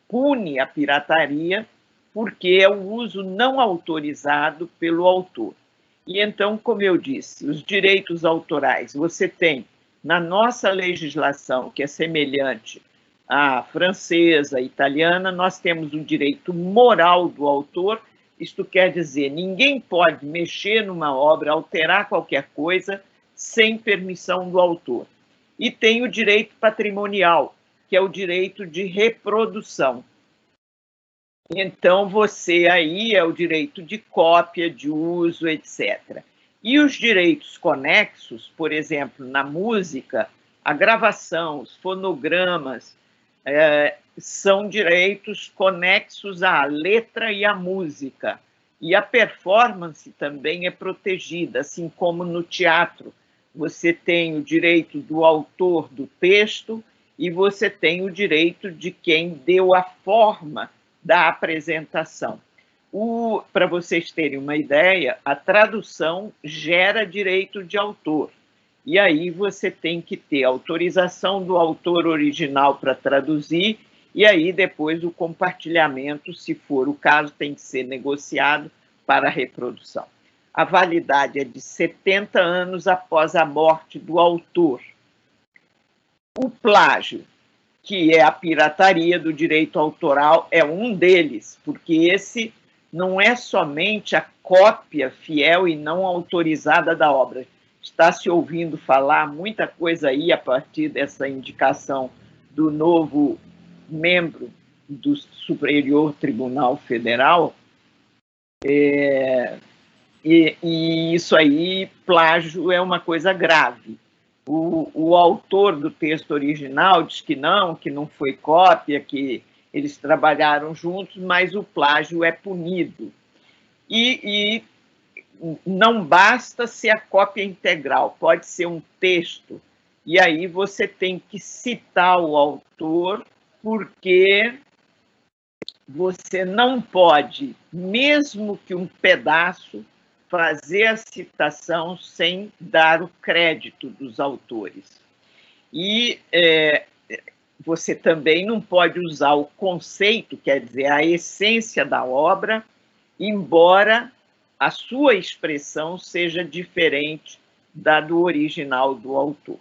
pune a pirataria, porque é o uso não autorizado pelo autor. E então, como eu disse, os direitos autorais, você tem na nossa legislação, que é semelhante à francesa, italiana, nós temos o direito moral do autor. Isto quer dizer, ninguém pode mexer numa obra, alterar qualquer coisa sem permissão do autor. E tem o direito patrimonial, que é o direito de reprodução. Então, você aí é o direito de cópia, de uso, etcétera. E os direitos conexos, por exemplo, na música, a gravação, os fonogramas, é, são direitos conexos à letra e à música. E a performance também é protegida, assim como no teatro. Você tem o direito do autor do texto e você tem o direito de quem deu a forma da apresentação. Para vocês terem uma ideia, a tradução gera direito de autor. E aí você tem que ter autorização do autor original para traduzir, e aí depois o compartilhamento, se for o caso, tem que ser negociado para a reprodução. A validade é de setenta anos após a morte do autor. O plágio, que é a pirataria do direito autoral, é um deles, porque esse não é somente a cópia fiel e não autorizada da obra. Está se ouvindo falar muita coisa aí a partir dessa indicação do novo membro do Superior Tribunal Federal, é, e, e isso aí, plágio, é uma coisa grave. O, o autor do texto original diz que não, que não foi cópia, que eles trabalharam juntos, mas o plágio é punido. E, e não basta ser a cópia integral, pode ser um texto, e aí você tem que citar o autor, porque você não pode, mesmo que um pedaço, fazer a citação sem dar o crédito dos autores. E é, você também não pode usar o conceito, quer dizer, a essência da obra, embora a sua expressão seja diferente da do original do autor.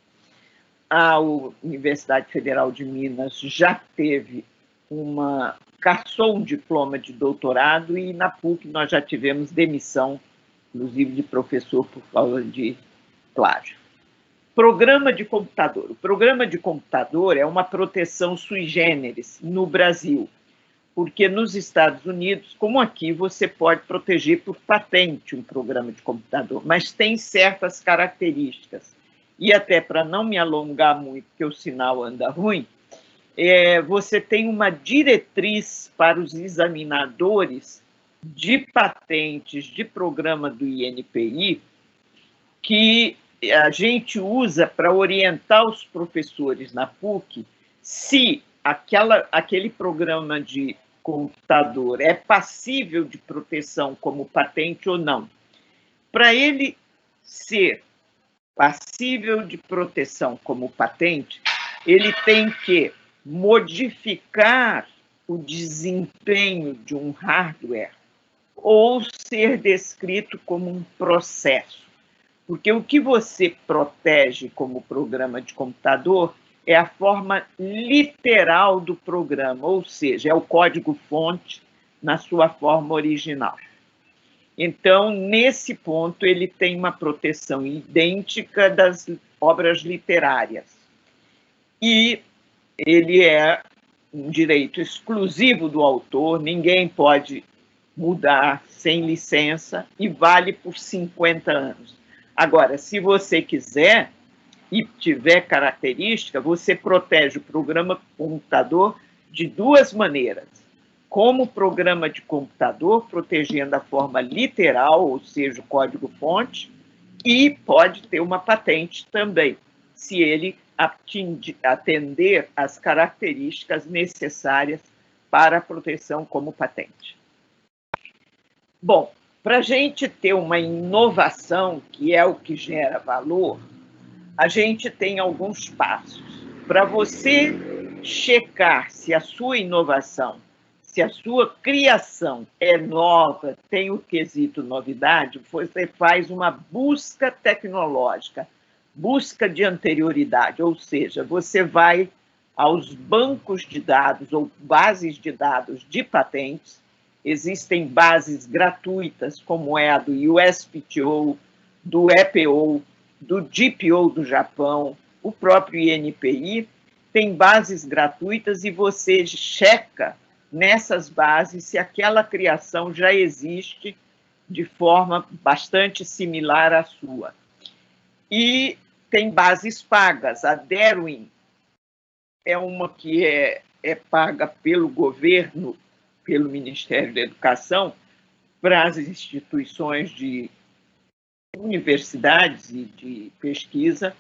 A Universidade Federal de Minas já teve uma... caçou um diploma de doutorado, e na PUC nós já tivemos demissão, inclusive de professor, por causa de plágio. Programa de computador. O programa de computador é uma proteção sui generis no Brasil, porque nos Estados Unidos, como aqui, você pode proteger por patente um programa de computador, mas tem certas características. E até para não me alongar muito, porque o sinal anda ruim, É, você tem uma diretriz para os examinadores de patentes de programa do I N P I que a gente usa para orientar os professores na PUC se aquela, aquele programa de computador é passível de proteção como patente ou não. Para ele ser passível de proteção como patente, ele tem que modificar o desempenho de um hardware ou ser descrito como um processo. Porque o que você protege como programa de computador é a forma literal do programa, ou seja, é o código-fonte na sua forma original. Então, nesse ponto, ele tem uma proteção idêntica das obras literárias. E ele é um direito exclusivo do autor, ninguém pode mudar sem licença e vale por cinquenta anos. Agora, se você quiser e tiver característica, você protege o programa computador de duas maneiras. Como programa de computador, protegendo a forma literal, ou seja, o código-fonte, e pode ter uma patente também, se ele atender às características necessárias para a proteção como patente. Bom, para a gente ter uma inovação, que é o que gera valor, a gente tem alguns passos. Para você checar se a sua inovação, se a sua criação é nova, tem o quesito novidade, você faz uma busca tecnológica, busca de anterioridade, ou seja, você vai aos bancos de dados ou bases de dados de patentes. Existem bases gratuitas, como é a do U S P T O, do E P O, do G P O do Japão, o próprio I N P I, tem bases gratuitas e você checa nessas bases se aquela criação já existe de forma bastante similar à sua. E tem bases pagas. A Darwin é uma que é, é paga pelo governo, pelo Ministério da Educação, para as instituições de universidades e de pesquisa,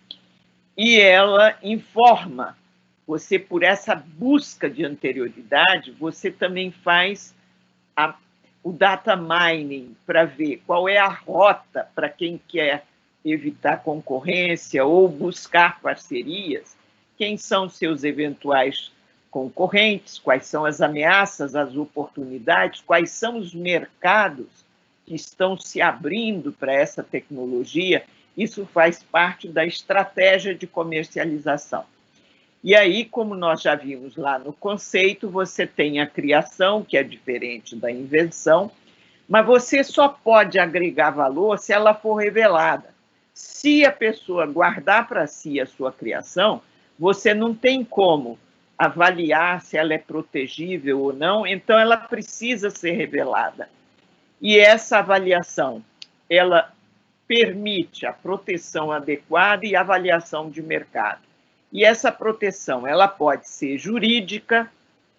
e ela informa você, por essa busca de anterioridade, você também faz a, o data mining para ver qual é a rota para quem quer evitar concorrência ou buscar parcerias, quem são seus eventuais concorrentes, quais são as ameaças, as oportunidades, quais são os mercados que estão se abrindo para essa tecnologia. Isso faz parte da estratégia de comercialização. E aí, como nós já vimos lá no conceito, você tem a criação, que é diferente da invenção, mas você só pode agregar valor se ela for revelada. Se a pessoa guardar para si a sua criação, você não tem como avaliar se ela é protegível ou não, então ela precisa ser revelada. E essa avaliação, ela permite a proteção adequada e avaliação de mercado. E essa proteção, ela pode ser jurídica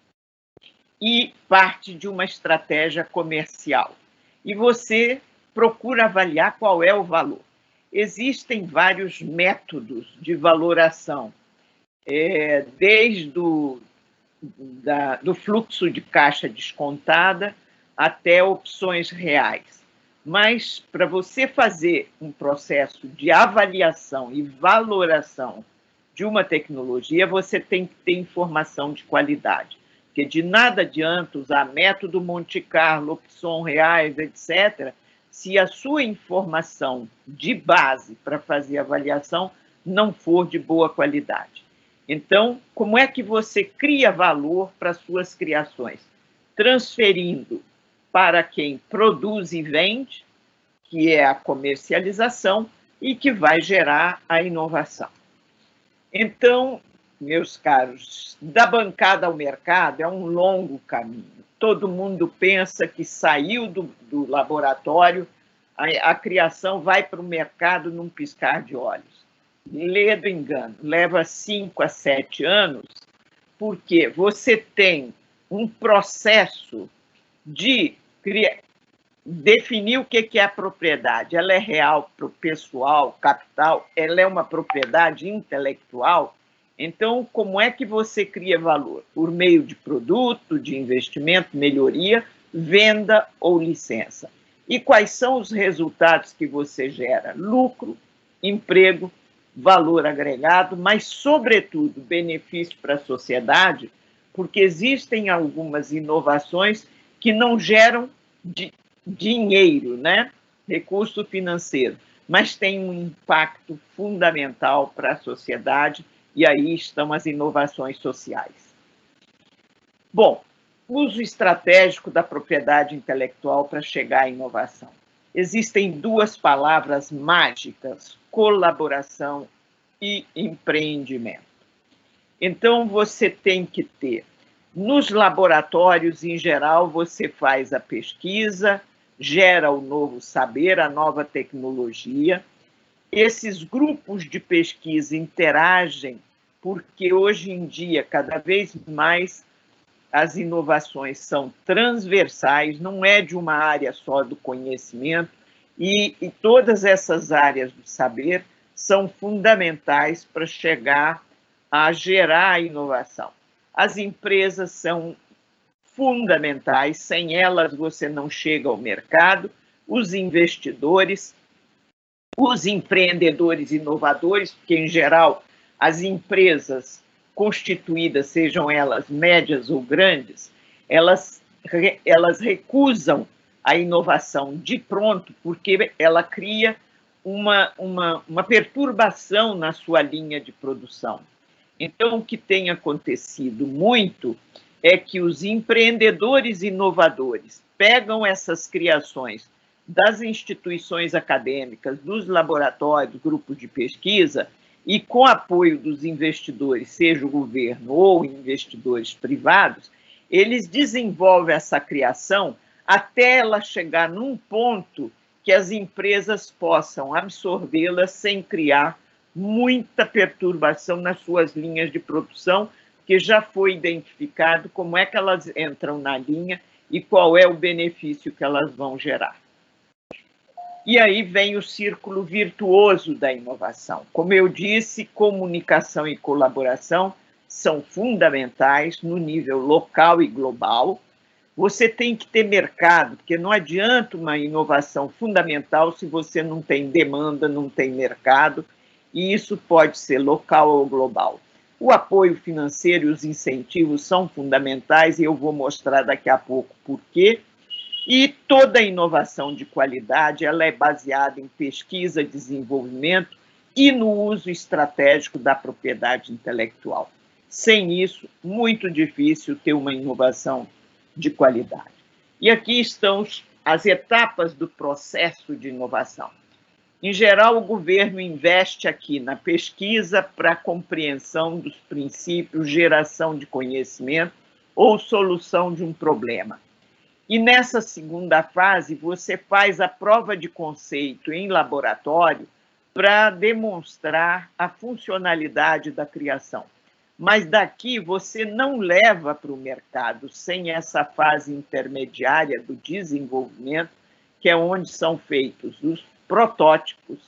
e parte de uma estratégia comercial. E você procura avaliar qual é o valor. Existem vários métodos de valoração, é, desde o da, do fluxo de caixa descontada até opções reais. Mas, para você fazer um processo de avaliação e valoração de uma tecnologia, você tem que ter informação de qualidade. Porque de nada adianta usar método Monte Carlo, opção reais, etcétera, se a sua informação de base para fazer avaliação não for de boa qualidade. Então, como é que você cria valor para suas criações? Transferindo para quem produz e vende, que é a comercialização, e que vai gerar a inovação. Então, meus caros, da bancada ao mercado é um longo caminho. Todo mundo pensa que saiu do, do laboratório, a, a criação vai para o mercado num piscar de olhos. Ledo engano, leva cinco a sete anos, porque você tem um processo de criar, definir o que é a propriedade. Ela é real para o pessoal, capital, ela é uma propriedade intelectual. Então, como é que você cria valor? Por meio de produto, de investimento, melhoria, venda ou licença. E quais são os resultados que você gera? Lucro, emprego, valor agregado, mas, sobretudo, benefício para a sociedade, porque existem algumas inovações que não geram de dinheiro, né? Recurso financeiro, mas tem um impacto fundamental para a sociedade, e aí estão as inovações sociais. Bom, uso estratégico da propriedade intelectual para chegar à inovação. Existem duas palavras mágicas: colaboração e empreendimento. Então, você tem que ter, nos laboratórios, em geral, você faz a pesquisa, gera o novo saber, a nova tecnologia. Esses grupos de pesquisa interagem porque, hoje em dia, cada vez mais as inovações são transversais, não é de uma área só do conhecimento, e, e todas essas áreas do saber são fundamentais para chegar a gerar a inovação. As empresas são fundamentais, sem elas você não chega ao mercado, os investidores, os empreendedores inovadores, porque, em geral, as empresas constituídas, sejam elas médias ou grandes, elas, elas recusam a inovação de pronto, porque ela cria uma, uma, uma perturbação na sua linha de produção. Então, o que tem acontecido muito é que os empreendedores inovadores pegam essas criações das instituições acadêmicas, dos laboratórios, grupos de pesquisa, e com apoio dos investidores, seja o governo ou investidores privados, eles desenvolvem essa criação até ela chegar num ponto que as empresas possam absorvê-la sem criar muita perturbação nas suas linhas de produção, que já foi identificado como é que elas entram na linha e qual é o benefício que elas vão gerar. E aí vem o círculo virtuoso da inovação. Como eu disse, comunicação e colaboração são fundamentais no nível local e global. Você tem que ter mercado, porque não adianta uma inovação fundamental se você não tem demanda, não tem mercado, e isso pode ser local ou global. O apoio financeiro e os incentivos são fundamentais, e eu vou mostrar daqui a pouco por quê. E toda inovação de qualidade ela é baseada em pesquisa, desenvolvimento e no uso estratégico da propriedade intelectual. Sem isso, muito difícil ter uma inovação de qualidade. E aqui estão as etapas do processo de inovação. Em geral, o governo investe aqui na pesquisa para a compreensão dos princípios, geração de conhecimento ou solução de um problema. E nessa segunda fase, você faz a prova de conceito em laboratório para demonstrar a funcionalidade da criação. Mas daqui você não leva para o mercado sem essa fase intermediária do desenvolvimento, que é onde são feitos os protótipos,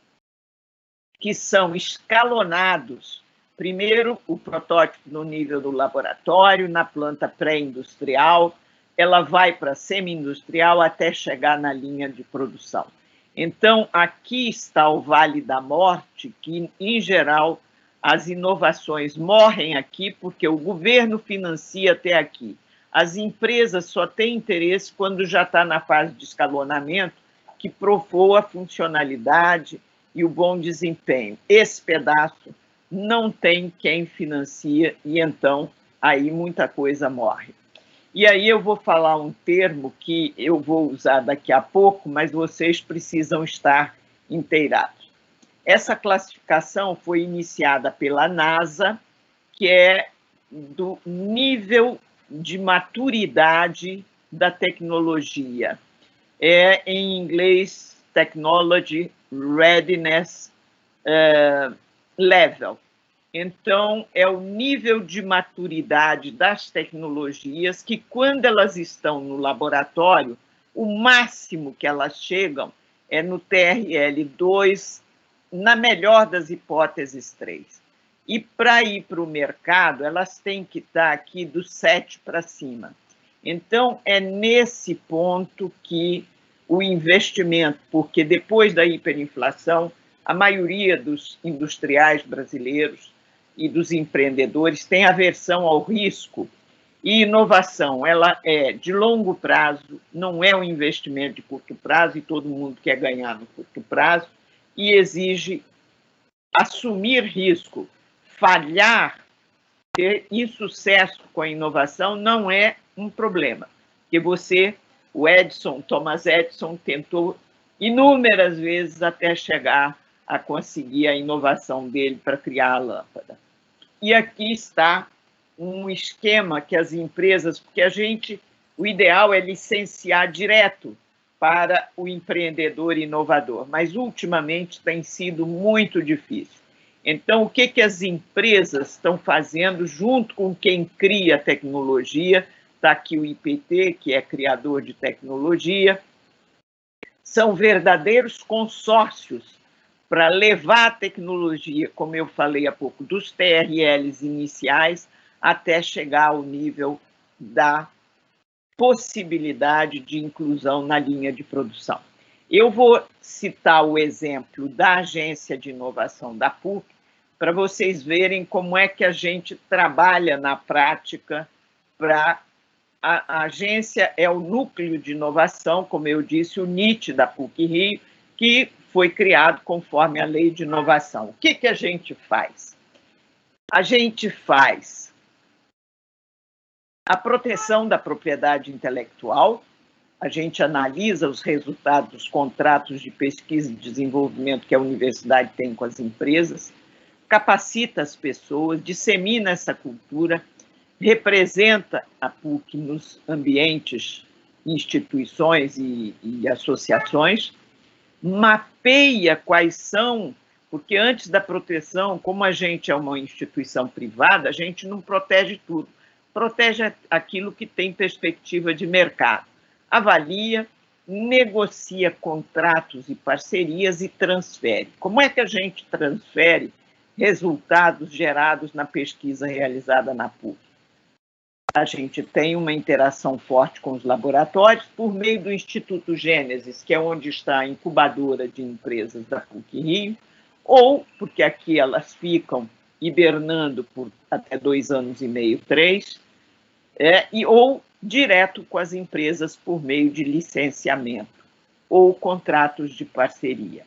que são escalonados. Primeiro, o protótipo no nível do laboratório, na planta pré-industrial, ela vai para a semi-industrial até chegar na linha de produção. Então, aqui está o Vale da Morte, que, em geral, as inovações morrem aqui porque o governo financia até aqui. As empresas só têm interesse quando já está na fase de escalonamento, que provou a funcionalidade e o bom desempenho. Esse pedaço não tem quem financia e, então, aí muita coisa morre. E aí eu vou falar um termo que eu vou usar daqui a pouco, mas vocês precisam estar inteirados. Essa classificação foi iniciada pela NASA, que é do nível de maturidade da tecnologia. É, em inglês, Technology Readiness uh, Level. Então, é o nível de maturidade das tecnologias que, quando elas estão no laboratório, o máximo que elas chegam é no T R L dois, na melhor das hipóteses, três. E, para ir para o mercado, elas têm que estar aqui do sete para cima. Então, é nesse ponto que o investimento, porque depois da hiperinflação, a maioria dos industriais brasileiros e dos empreendedores tem aversão ao risco, e inovação, ela é de longo prazo, não é um investimento de curto prazo, e todo mundo quer ganhar no curto prazo, e exige assumir risco. Falhar, ter insucesso com a inovação não é um problema, porque você, o Edison, Thomas Edison, tentou inúmeras vezes até chegar a conseguir a inovação dele para criar a lâmpada. E aqui está um esquema que as empresas, porque a gente, o ideal é licenciar direto para o empreendedor inovador, mas ultimamente tem sido muito difícil. Então, o que, que as empresas estão fazendo junto com quem cria tecnologia? Está aqui o I P T, que é criador de tecnologia, são verdadeiros consórcios para levar a tecnologia, como eu falei há pouco, dos T R Ls iniciais até chegar ao nível da possibilidade de inclusão na linha de produção. Eu vou citar o exemplo da Agência de Inovação da P U C, para vocês verem como é que a gente trabalha na prática para... A, a agência é o núcleo de inovação, como eu disse, o N I T da PUC-Rio, que foi criado conforme a lei de inovação. O que, que a gente faz? A gente faz a proteção da propriedade intelectual, a gente analisa os resultados dos contratos de pesquisa e desenvolvimento que a universidade tem com as empresas, capacita as pessoas, dissemina essa cultura, representa a PUC nos ambientes, instituições e, e associações, mapeia quais são, porque antes da proteção, como a gente é uma instituição privada, a gente não protege tudo, protege aquilo que tem perspectiva de mercado, avalia, negocia contratos e parcerias e transfere. Como é que a gente transfere resultados gerados na pesquisa realizada na PUC? A gente tem uma interação forte com os laboratórios por meio do Instituto Gênesis, que é onde está a incubadora de empresas da PUC-Rio, ou porque aqui elas ficam hibernando por até dois anos e meio, três, é, e, ou direto com as empresas por meio de licenciamento ou contratos de parceria.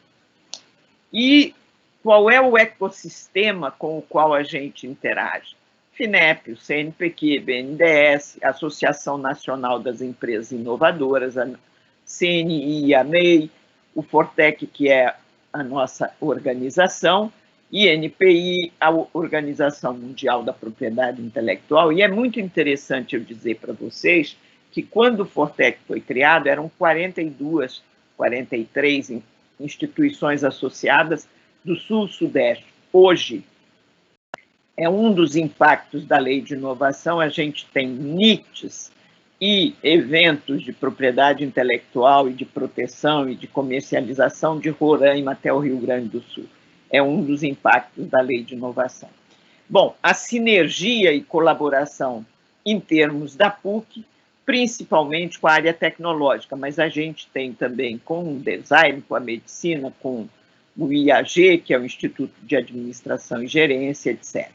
E qual é o ecossistema com o qual a gente interage? FINEP, o C N P Q, B N D E S, Associação Nacional das Empresas Inovadoras, a C N I, a M E I, o Fortec, que é a nossa organização, I N P I, a Organização Mundial da Propriedade Intelectual. E é muito interessante eu dizer para vocês que quando o Fortec foi criado, eram quarenta e duas, quarenta e três instituições associadas do Sul-Sudeste. Hoje, é um dos impactos da lei de inovação, a gente tem N I Ts e eventos de propriedade intelectual e de proteção e de comercialização de Roraima até o Rio Grande do Sul. É um dos impactos da lei de inovação. Bom, a sinergia e colaboração em termos da PUC, principalmente com a área tecnológica, mas a gente tem também com o design, com a medicina, com o I A G, que é o Instituto de Administração e Gerência, etcétera.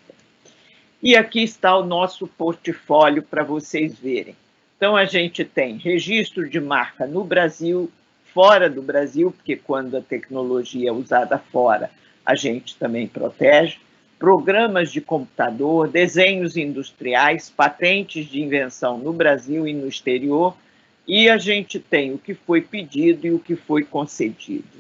E aqui está o nosso portfólio para vocês verem. Então, a gente tem registro de marca no Brasil, fora do Brasil, porque quando a tecnologia é usada fora, a gente também protege, programas de computador, desenhos industriais, patentes de invenção no Brasil e no exterior, e a gente tem o que foi pedido e o que foi concedido.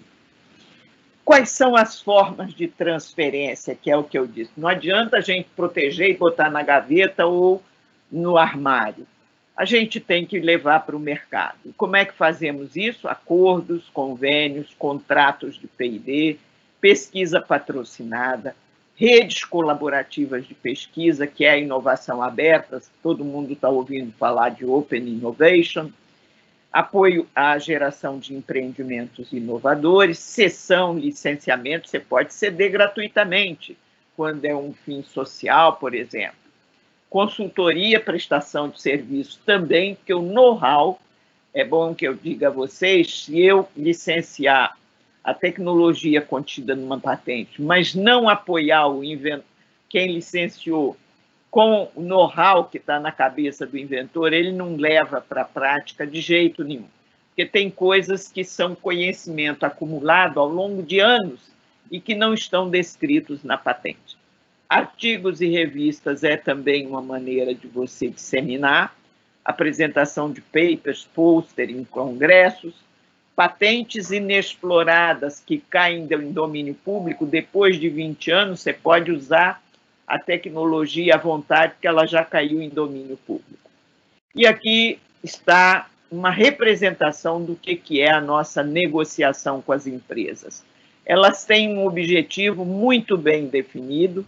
Quais são as formas de transferência, que é o que eu disse? Não adianta a gente proteger e botar na gaveta ou no armário. A gente tem que levar para o mercado. Como é que fazemos isso? Acordos, convênios, contratos de P e D, pesquisa patrocinada, redes colaborativas de pesquisa, que é a inovação aberta, todo mundo está ouvindo falar de Open Innovation, apoio à geração de empreendimentos inovadores, cessão, licenciamento, você pode ceder gratuitamente, quando é um fim social, por exemplo. Consultoria, prestação de serviço também, porque o know-how, é bom que eu diga a vocês, se eu licenciar a tecnologia contida numa patente, mas não apoiar o inventor, quem licenciou com o know-how que está na cabeça do inventor, ele não leva para a prática de jeito nenhum. Porque tem coisas que são conhecimento acumulado ao longo de anos e que não estão descritos na patente. Artigos e revistas é também uma maneira de você disseminar, apresentação de papers, pôster em congressos, patentes inexploradas que caem em domínio público, depois de vinte anos, você pode usar a tecnologia à vontade, porque ela já caiu em domínio público. E aqui está uma representação do que é a nossa negociação com as empresas. Elas têm um objetivo muito bem definido.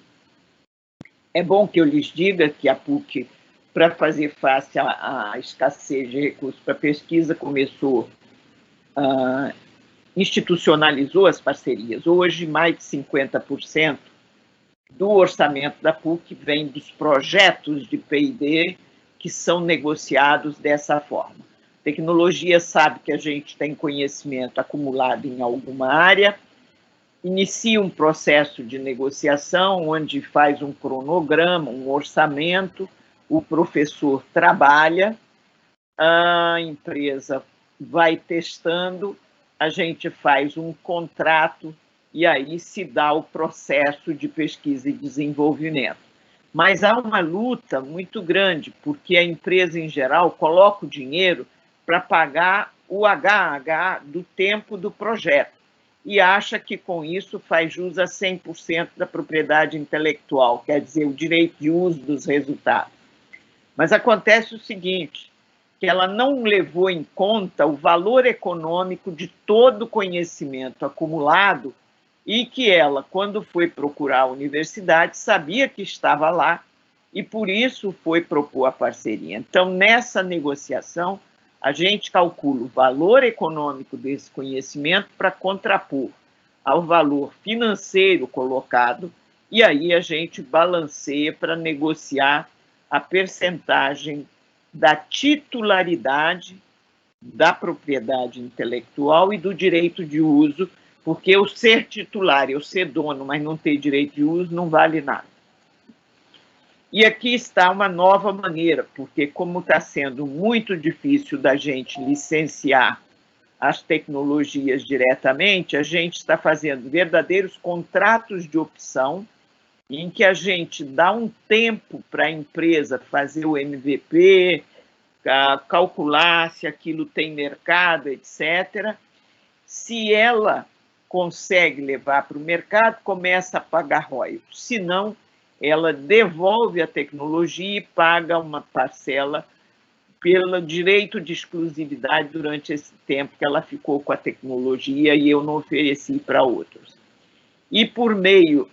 É bom que eu lhes diga que a PUC, para fazer face à, à escassez de recursos para pesquisa, começou, uh, institucionalizou as parcerias. Hoje, mais de cinquenta por cento do orçamento da PUC vem dos projetos de P e D que são negociados dessa forma. A tecnologia sabe que a gente tem conhecimento acumulado em alguma área, inicia um processo de negociação, onde faz um cronograma, um orçamento, o professor trabalha, a empresa vai testando, a gente faz um contrato e aí se dá o processo de pesquisa e desenvolvimento. Mas há uma luta muito grande, porque a empresa, em geral, coloca o dinheiro para pagar o H H do tempo do projeto e acha que, com isso, faz jus a cem por cento da propriedade intelectual, quer dizer, o direito de uso dos resultados. Mas acontece o seguinte, que ela não levou em conta o valor econômico de todo o conhecimento acumulado e que ela, quando foi procurar a universidade, sabia que estava lá e, por isso, foi propor a parceria. Então, nessa negociação, a gente calcula o valor econômico desse conhecimento para contrapor ao valor financeiro colocado e aí a gente balanceia para negociar a percentagem da titularidade da propriedade intelectual e do direito de uso, porque eu ser titular, eu ser dono, mas não ter direito de uso, não vale nada. E aqui está uma nova maneira, porque como está sendo muito difícil da gente licenciar as tecnologias diretamente, a gente está fazendo verdadeiros contratos de opção, em que a gente dá um tempo para a empresa fazer o M V P, calcular se aquilo tem mercado, etcétera. Se ela consegue levar para o mercado, começa a pagar royalties. Se não, ela devolve a tecnologia e paga uma parcela pelo direito de exclusividade durante esse tempo que ela ficou com a tecnologia e eu não ofereci para outros. E por meio,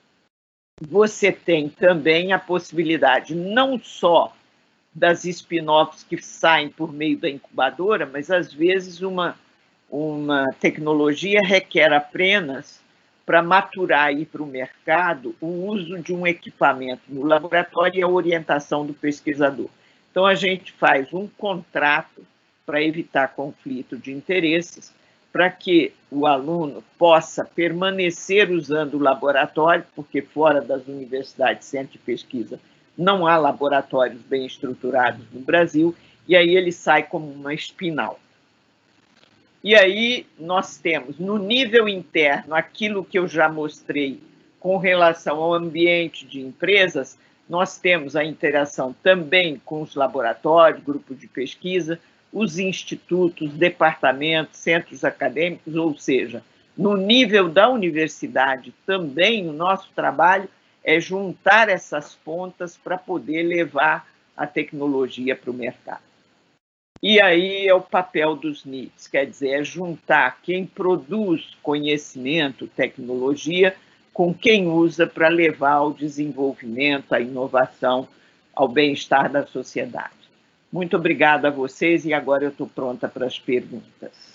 você tem também a possibilidade não só das spin-offs que saem por meio da incubadora, mas às vezes uma, uma tecnologia requer apenas para maturar e ir para o mercado o uso de um equipamento no laboratório e a orientação do pesquisador. Então, a gente faz um contrato para evitar conflito de interesses, para que o aluno possa permanecer usando o laboratório, porque fora das universidades, centros de pesquisa, não há laboratórios bem estruturados no Brasil, e aí ele sai como uma spin-out. E aí nós temos, no nível interno, aquilo que eu já mostrei com relação ao ambiente de empresas, nós temos a interação também com os laboratórios, grupos de pesquisa, os institutos, departamentos, centros acadêmicos, ou seja, no nível da universidade também o nosso trabalho é juntar essas pontas para poder levar a tecnologia para o mercado. E aí é o papel dos N I Ts, quer dizer, é juntar quem produz conhecimento, tecnologia, com quem usa para levar ao desenvolvimento, à inovação, ao bem-estar da sociedade. Muito obrigada a vocês e agora eu estou pronta para as perguntas.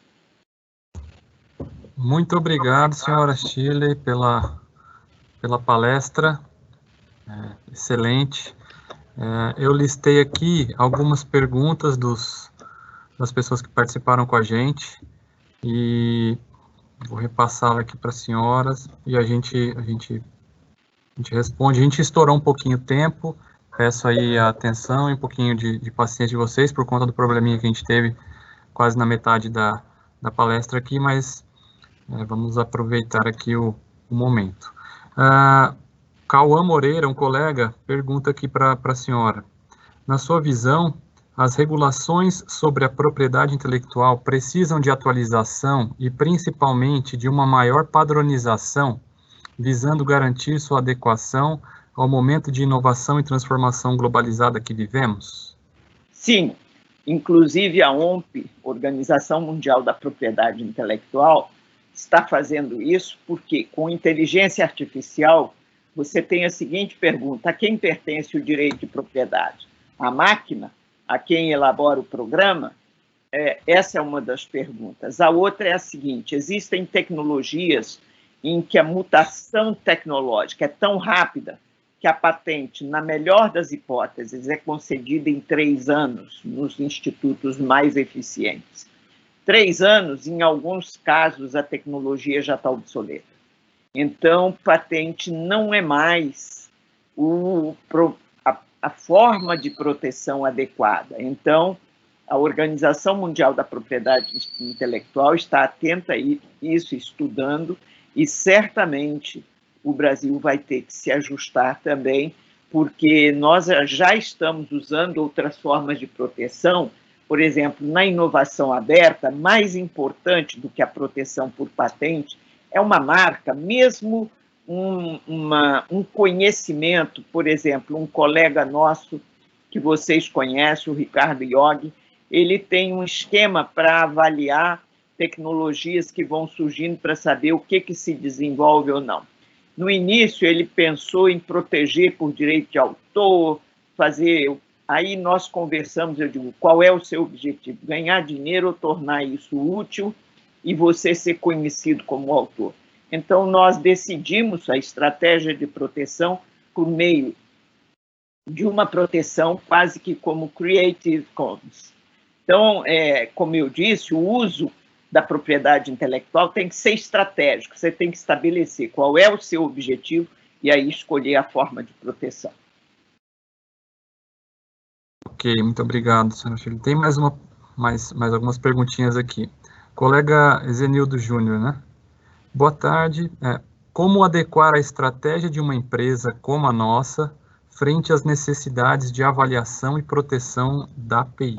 Muito obrigado, senhora Shirley, pela, pela palestra, é, excelente. É, eu listei aqui algumas perguntas dos, das pessoas que participaram com a gente e vou repassá-la aqui para as senhoras e a gente, a, gente, a gente responde. A gente estourou um pouquinho o tempo, peço aí a atenção e um pouquinho de, de paciência de vocês por conta do probleminha que a gente teve quase na metade da, da palestra aqui, mas é, vamos aproveitar aqui o, o momento. Uh, Cauã Moreira, um colega, pergunta aqui para a senhora. Na sua visão, as regulações sobre a propriedade intelectual precisam de atualização e, principalmente, de uma maior padronização, visando garantir sua adequação ao momento de inovação e transformação globalizada que vivemos? Sim, inclusive a O M P, Organização Mundial da Propriedade Intelectual, está fazendo isso porque, com inteligência artificial, você tem a seguinte pergunta: a quem pertence o direito de propriedade? A máquina? A quem elabora o programa? É, essa é uma das perguntas. A outra é a seguinte: existem tecnologias em que a mutação tecnológica é tão rápida que a patente, na melhor das hipóteses, é concedida em três anos nos institutos mais eficientes. três anos, em alguns casos, a tecnologia já está obsoleta. Então, patente não é mais o, a, a forma de proteção adequada. Então, a Organização Mundial da Propriedade Intelectual está atenta a isso, estudando, e certamente o Brasil vai ter que se ajustar também, porque nós já estamos usando outras formas de proteção. Por exemplo, na inovação aberta, mais importante do que a proteção por patente é uma marca, mesmo um, uma, um conhecimento. Por exemplo, um colega nosso que vocês conhecem, o Ricardo Iog, ele tem um esquema para avaliar tecnologias que vão surgindo para saber o que, que se desenvolve ou não. No início, ele pensou em proteger por direito de autor, fazer... Aí nós conversamos, eu digo, qual é o seu objetivo? Ganhar dinheiro ou tornar isso útil e você ser conhecido como autor? Então, nós decidimos a estratégia de proteção por meio de uma proteção quase que como Creative Commons. Então, é, como eu disse, o uso da propriedade intelectual tem que ser estratégico, você tem que estabelecer qual é o seu objetivo e aí escolher a forma de proteção. Ok, muito obrigado, senhora Shirley. Tem mais, uma, mais, mais algumas perguntinhas aqui. Colega Zenildo Júnior, né? Boa tarde. É, como adequar a estratégia de uma empresa como a nossa frente às necessidades de avaliação e proteção da A P I?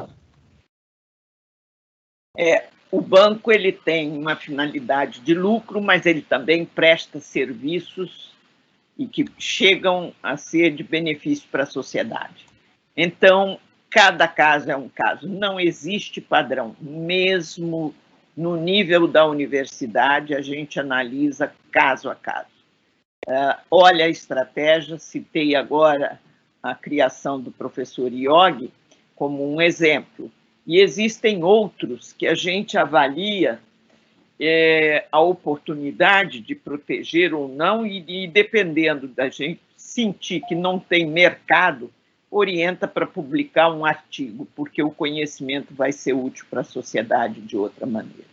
É, o banco ele tem uma finalidade de lucro, mas ele também presta serviços e que chegam a ser de benefício para a sociedade. Então, cada caso é um caso. Não existe padrão. Mesmo no nível da universidade, a gente analisa caso a caso. Uh, olha a estratégia, citei agora a criação do professor Iog como um exemplo. E existem outros que a gente avalia é, a oportunidade de proteger ou não, e, e dependendo da gente sentir que não tem mercado, orienta para publicar um artigo, porque o conhecimento vai ser útil para a sociedade de outra maneira.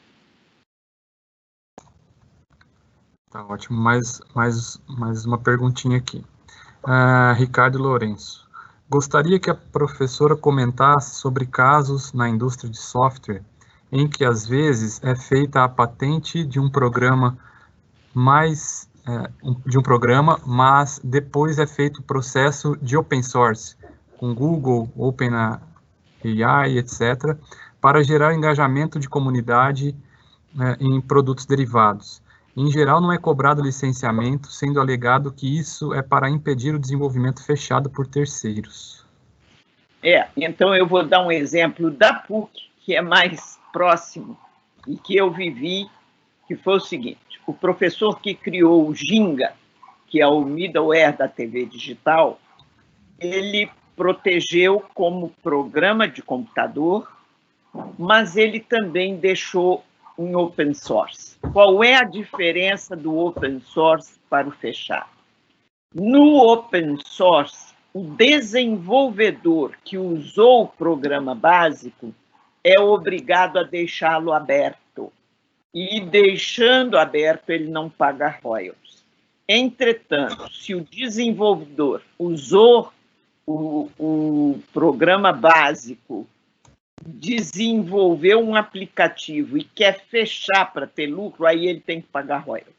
Tá ótimo. Mais, mais, mais uma perguntinha aqui. Uh, Ricardo Lourenço. Gostaria que a professora comentasse sobre casos na indústria de software em que, às vezes, é feita a patente de um programa, mais, é, de um programa, mas depois é feito o processo de open source, com Google, OpenAI, etcétera, para gerar engajamento de comunidade é, em produtos derivados. Em geral, não é cobrado licenciamento, sendo alegado que isso é para impedir o desenvolvimento fechado por terceiros. É, então eu vou dar um exemplo da P U C, que é mais próximo e que eu vivi, que foi o seguinte: o professor que criou o Ginga, que é o middleware da T V digital, ele protegeu como programa de computador, mas ele também deixou em open source. Qual é a diferença do open source para o fechado? No open source, o desenvolvedor que usou o programa básico é obrigado a deixá-lo aberto. E deixando aberto, ele não paga royalties. Entretanto, se o desenvolvedor usou o, o programa básico, desenvolveu um aplicativo e quer fechar para ter lucro, aí ele tem que pagar royalties.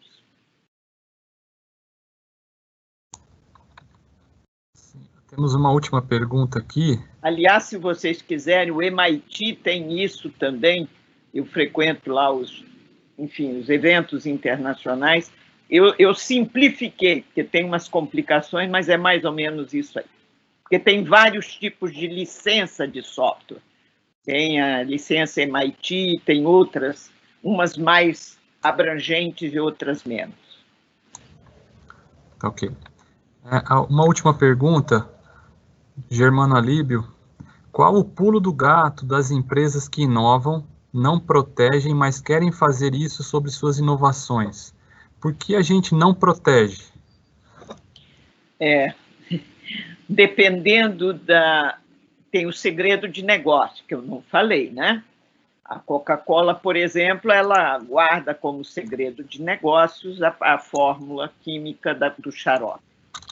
Temos uma última pergunta aqui. Aliás, se vocês quiserem, o M I T tem isso também. Eu frequento lá os, enfim, os eventos internacionais. Eu, eu simplifiquei, porque tem umas complicações, mas é mais ou menos isso aí. Porque tem vários tipos de licença de software. Tem a licença M I T, tem outras, umas mais abrangentes e outras menos. Tá, ok. É, uma última pergunta, Germano Alíbio. Qual o pulo do gato das empresas que inovam, não protegem, mas querem fazer isso sobre suas inovações? Por que a gente não protege? É, dependendo da... Tem o segredo de negócio, que eu não falei, né? A Coca-Cola, por exemplo, ela guarda como segredo de negócios a, a fórmula química da, do xarope.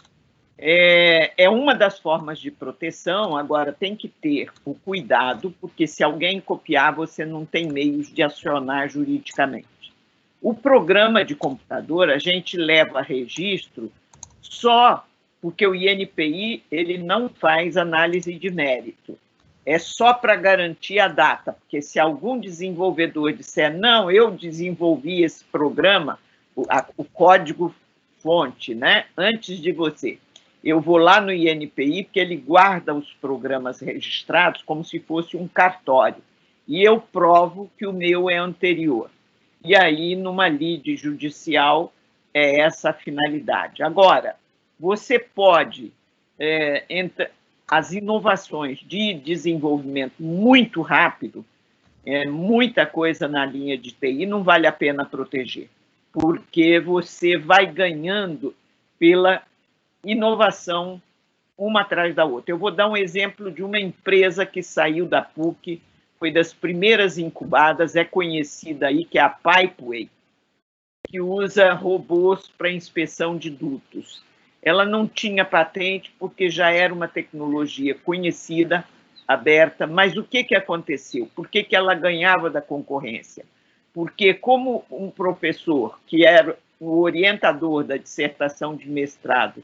É, é uma das formas de proteção. Agora, tem que ter o cuidado, porque se alguém copiar, você não tem meios de acionar juridicamente. O programa de computador, a gente leva registro só porque o I N P I ele não faz análise de mérito. É só para garantir a data, porque se algum desenvolvedor disser, não, eu desenvolvi esse programa, o, a, o código-fonte, né, antes de você, eu vou lá no I N P I, porque ele guarda os programas registrados como se fosse um cartório, e eu provo que o meu é anterior. E aí, numa lide judicial, é essa a finalidade. Agora, você pode, é, entre as inovações de desenvolvimento muito rápido, é, muita coisa na linha de T I, não vale a pena proteger, porque você vai ganhando pela inovação uma atrás da outra. Eu vou dar um exemplo de uma empresa que saiu da P U C, foi das primeiras incubadas, é conhecida aí, que é a Pipeway, que usa robôs para inspeção de dutos. Ela não tinha patente porque já era uma tecnologia conhecida, aberta, mas o que, que aconteceu? Por que, que ela ganhava da concorrência? Porque como um professor, que era o orientador da dissertação de mestrado,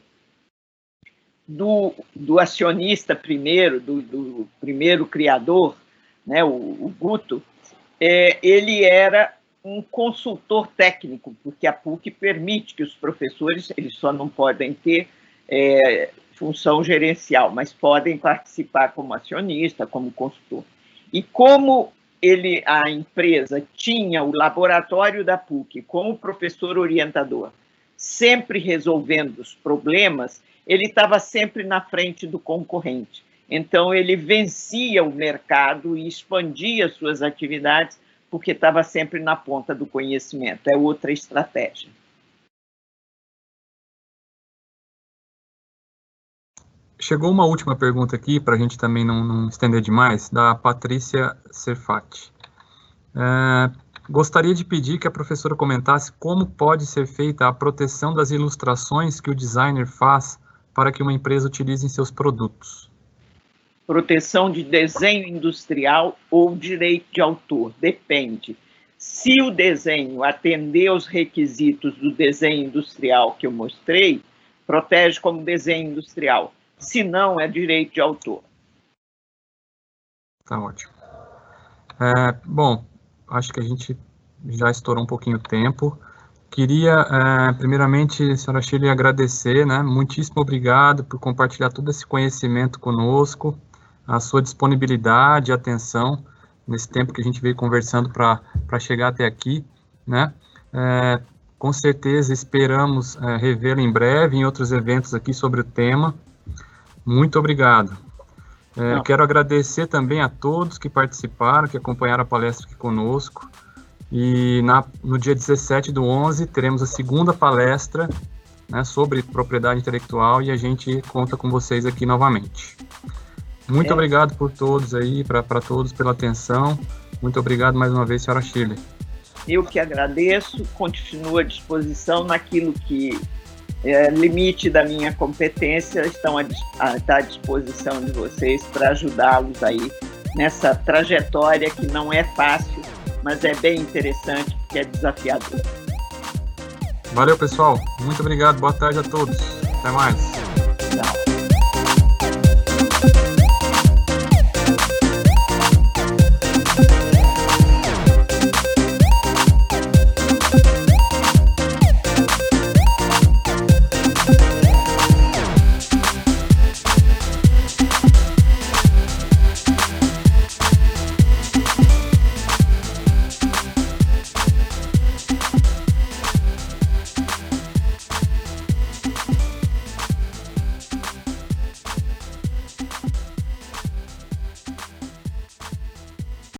do, do acionista primeiro, do, do primeiro criador, né, o, o Guto, é, ele era um consultor técnico, porque a P U C permite que os professores, eles só não podem ter é, função gerencial, mas podem participar como acionista, como consultor. E como ele, a empresa tinha o laboratório da P U C com o professor orientador, sempre resolvendo os problemas, ele estava sempre na frente do concorrente. Então, ele vencia o mercado e expandia suas atividades, porque estava sempre na ponta do conhecimento. É outra estratégia. Chegou uma última pergunta aqui, para a gente também não, não estender demais, da Patrícia Serfati. É, gostaria de pedir que a professora comentasse como pode ser feita a proteção das ilustrações que o designer faz para que uma empresa utilize em seus produtos. Proteção de desenho industrial ou direito de autor, depende. Se o desenho atender aos requisitos do desenho industrial que eu mostrei, protege como desenho industrial. Se não, é direito de autor. Tá ótimo. É, bom, acho que a gente já estourou um pouquinho o tempo. Queria, é, primeiramente, senhora Shirley, agradecer, né? Muitíssimo obrigado por compartilhar todo esse conhecimento conosco, a sua disponibilidade e atenção nesse tempo que a gente veio conversando para chegar até aqui, né? É, com certeza esperamos é, revê-la em breve em outros eventos aqui sobre o tema. Muito obrigado. É, quero agradecer também a todos que participaram, que acompanharam a palestra aqui conosco. E na, no dia dezessete do onze teremos a segunda palestra, né, sobre propriedade intelectual, e a gente conta com vocês aqui novamente. Muito é. obrigado por todos aí, para todos pela atenção. Muito obrigado mais uma vez, senhora Shirley. Eu que agradeço, continuo à disposição naquilo que é limite da minha competência, estão à, à disposição de vocês para ajudá-los aí nessa trajetória que não é fácil, mas é bem interessante porque é desafiador. Valeu, pessoal. Muito obrigado. Boa tarde a todos. Até mais.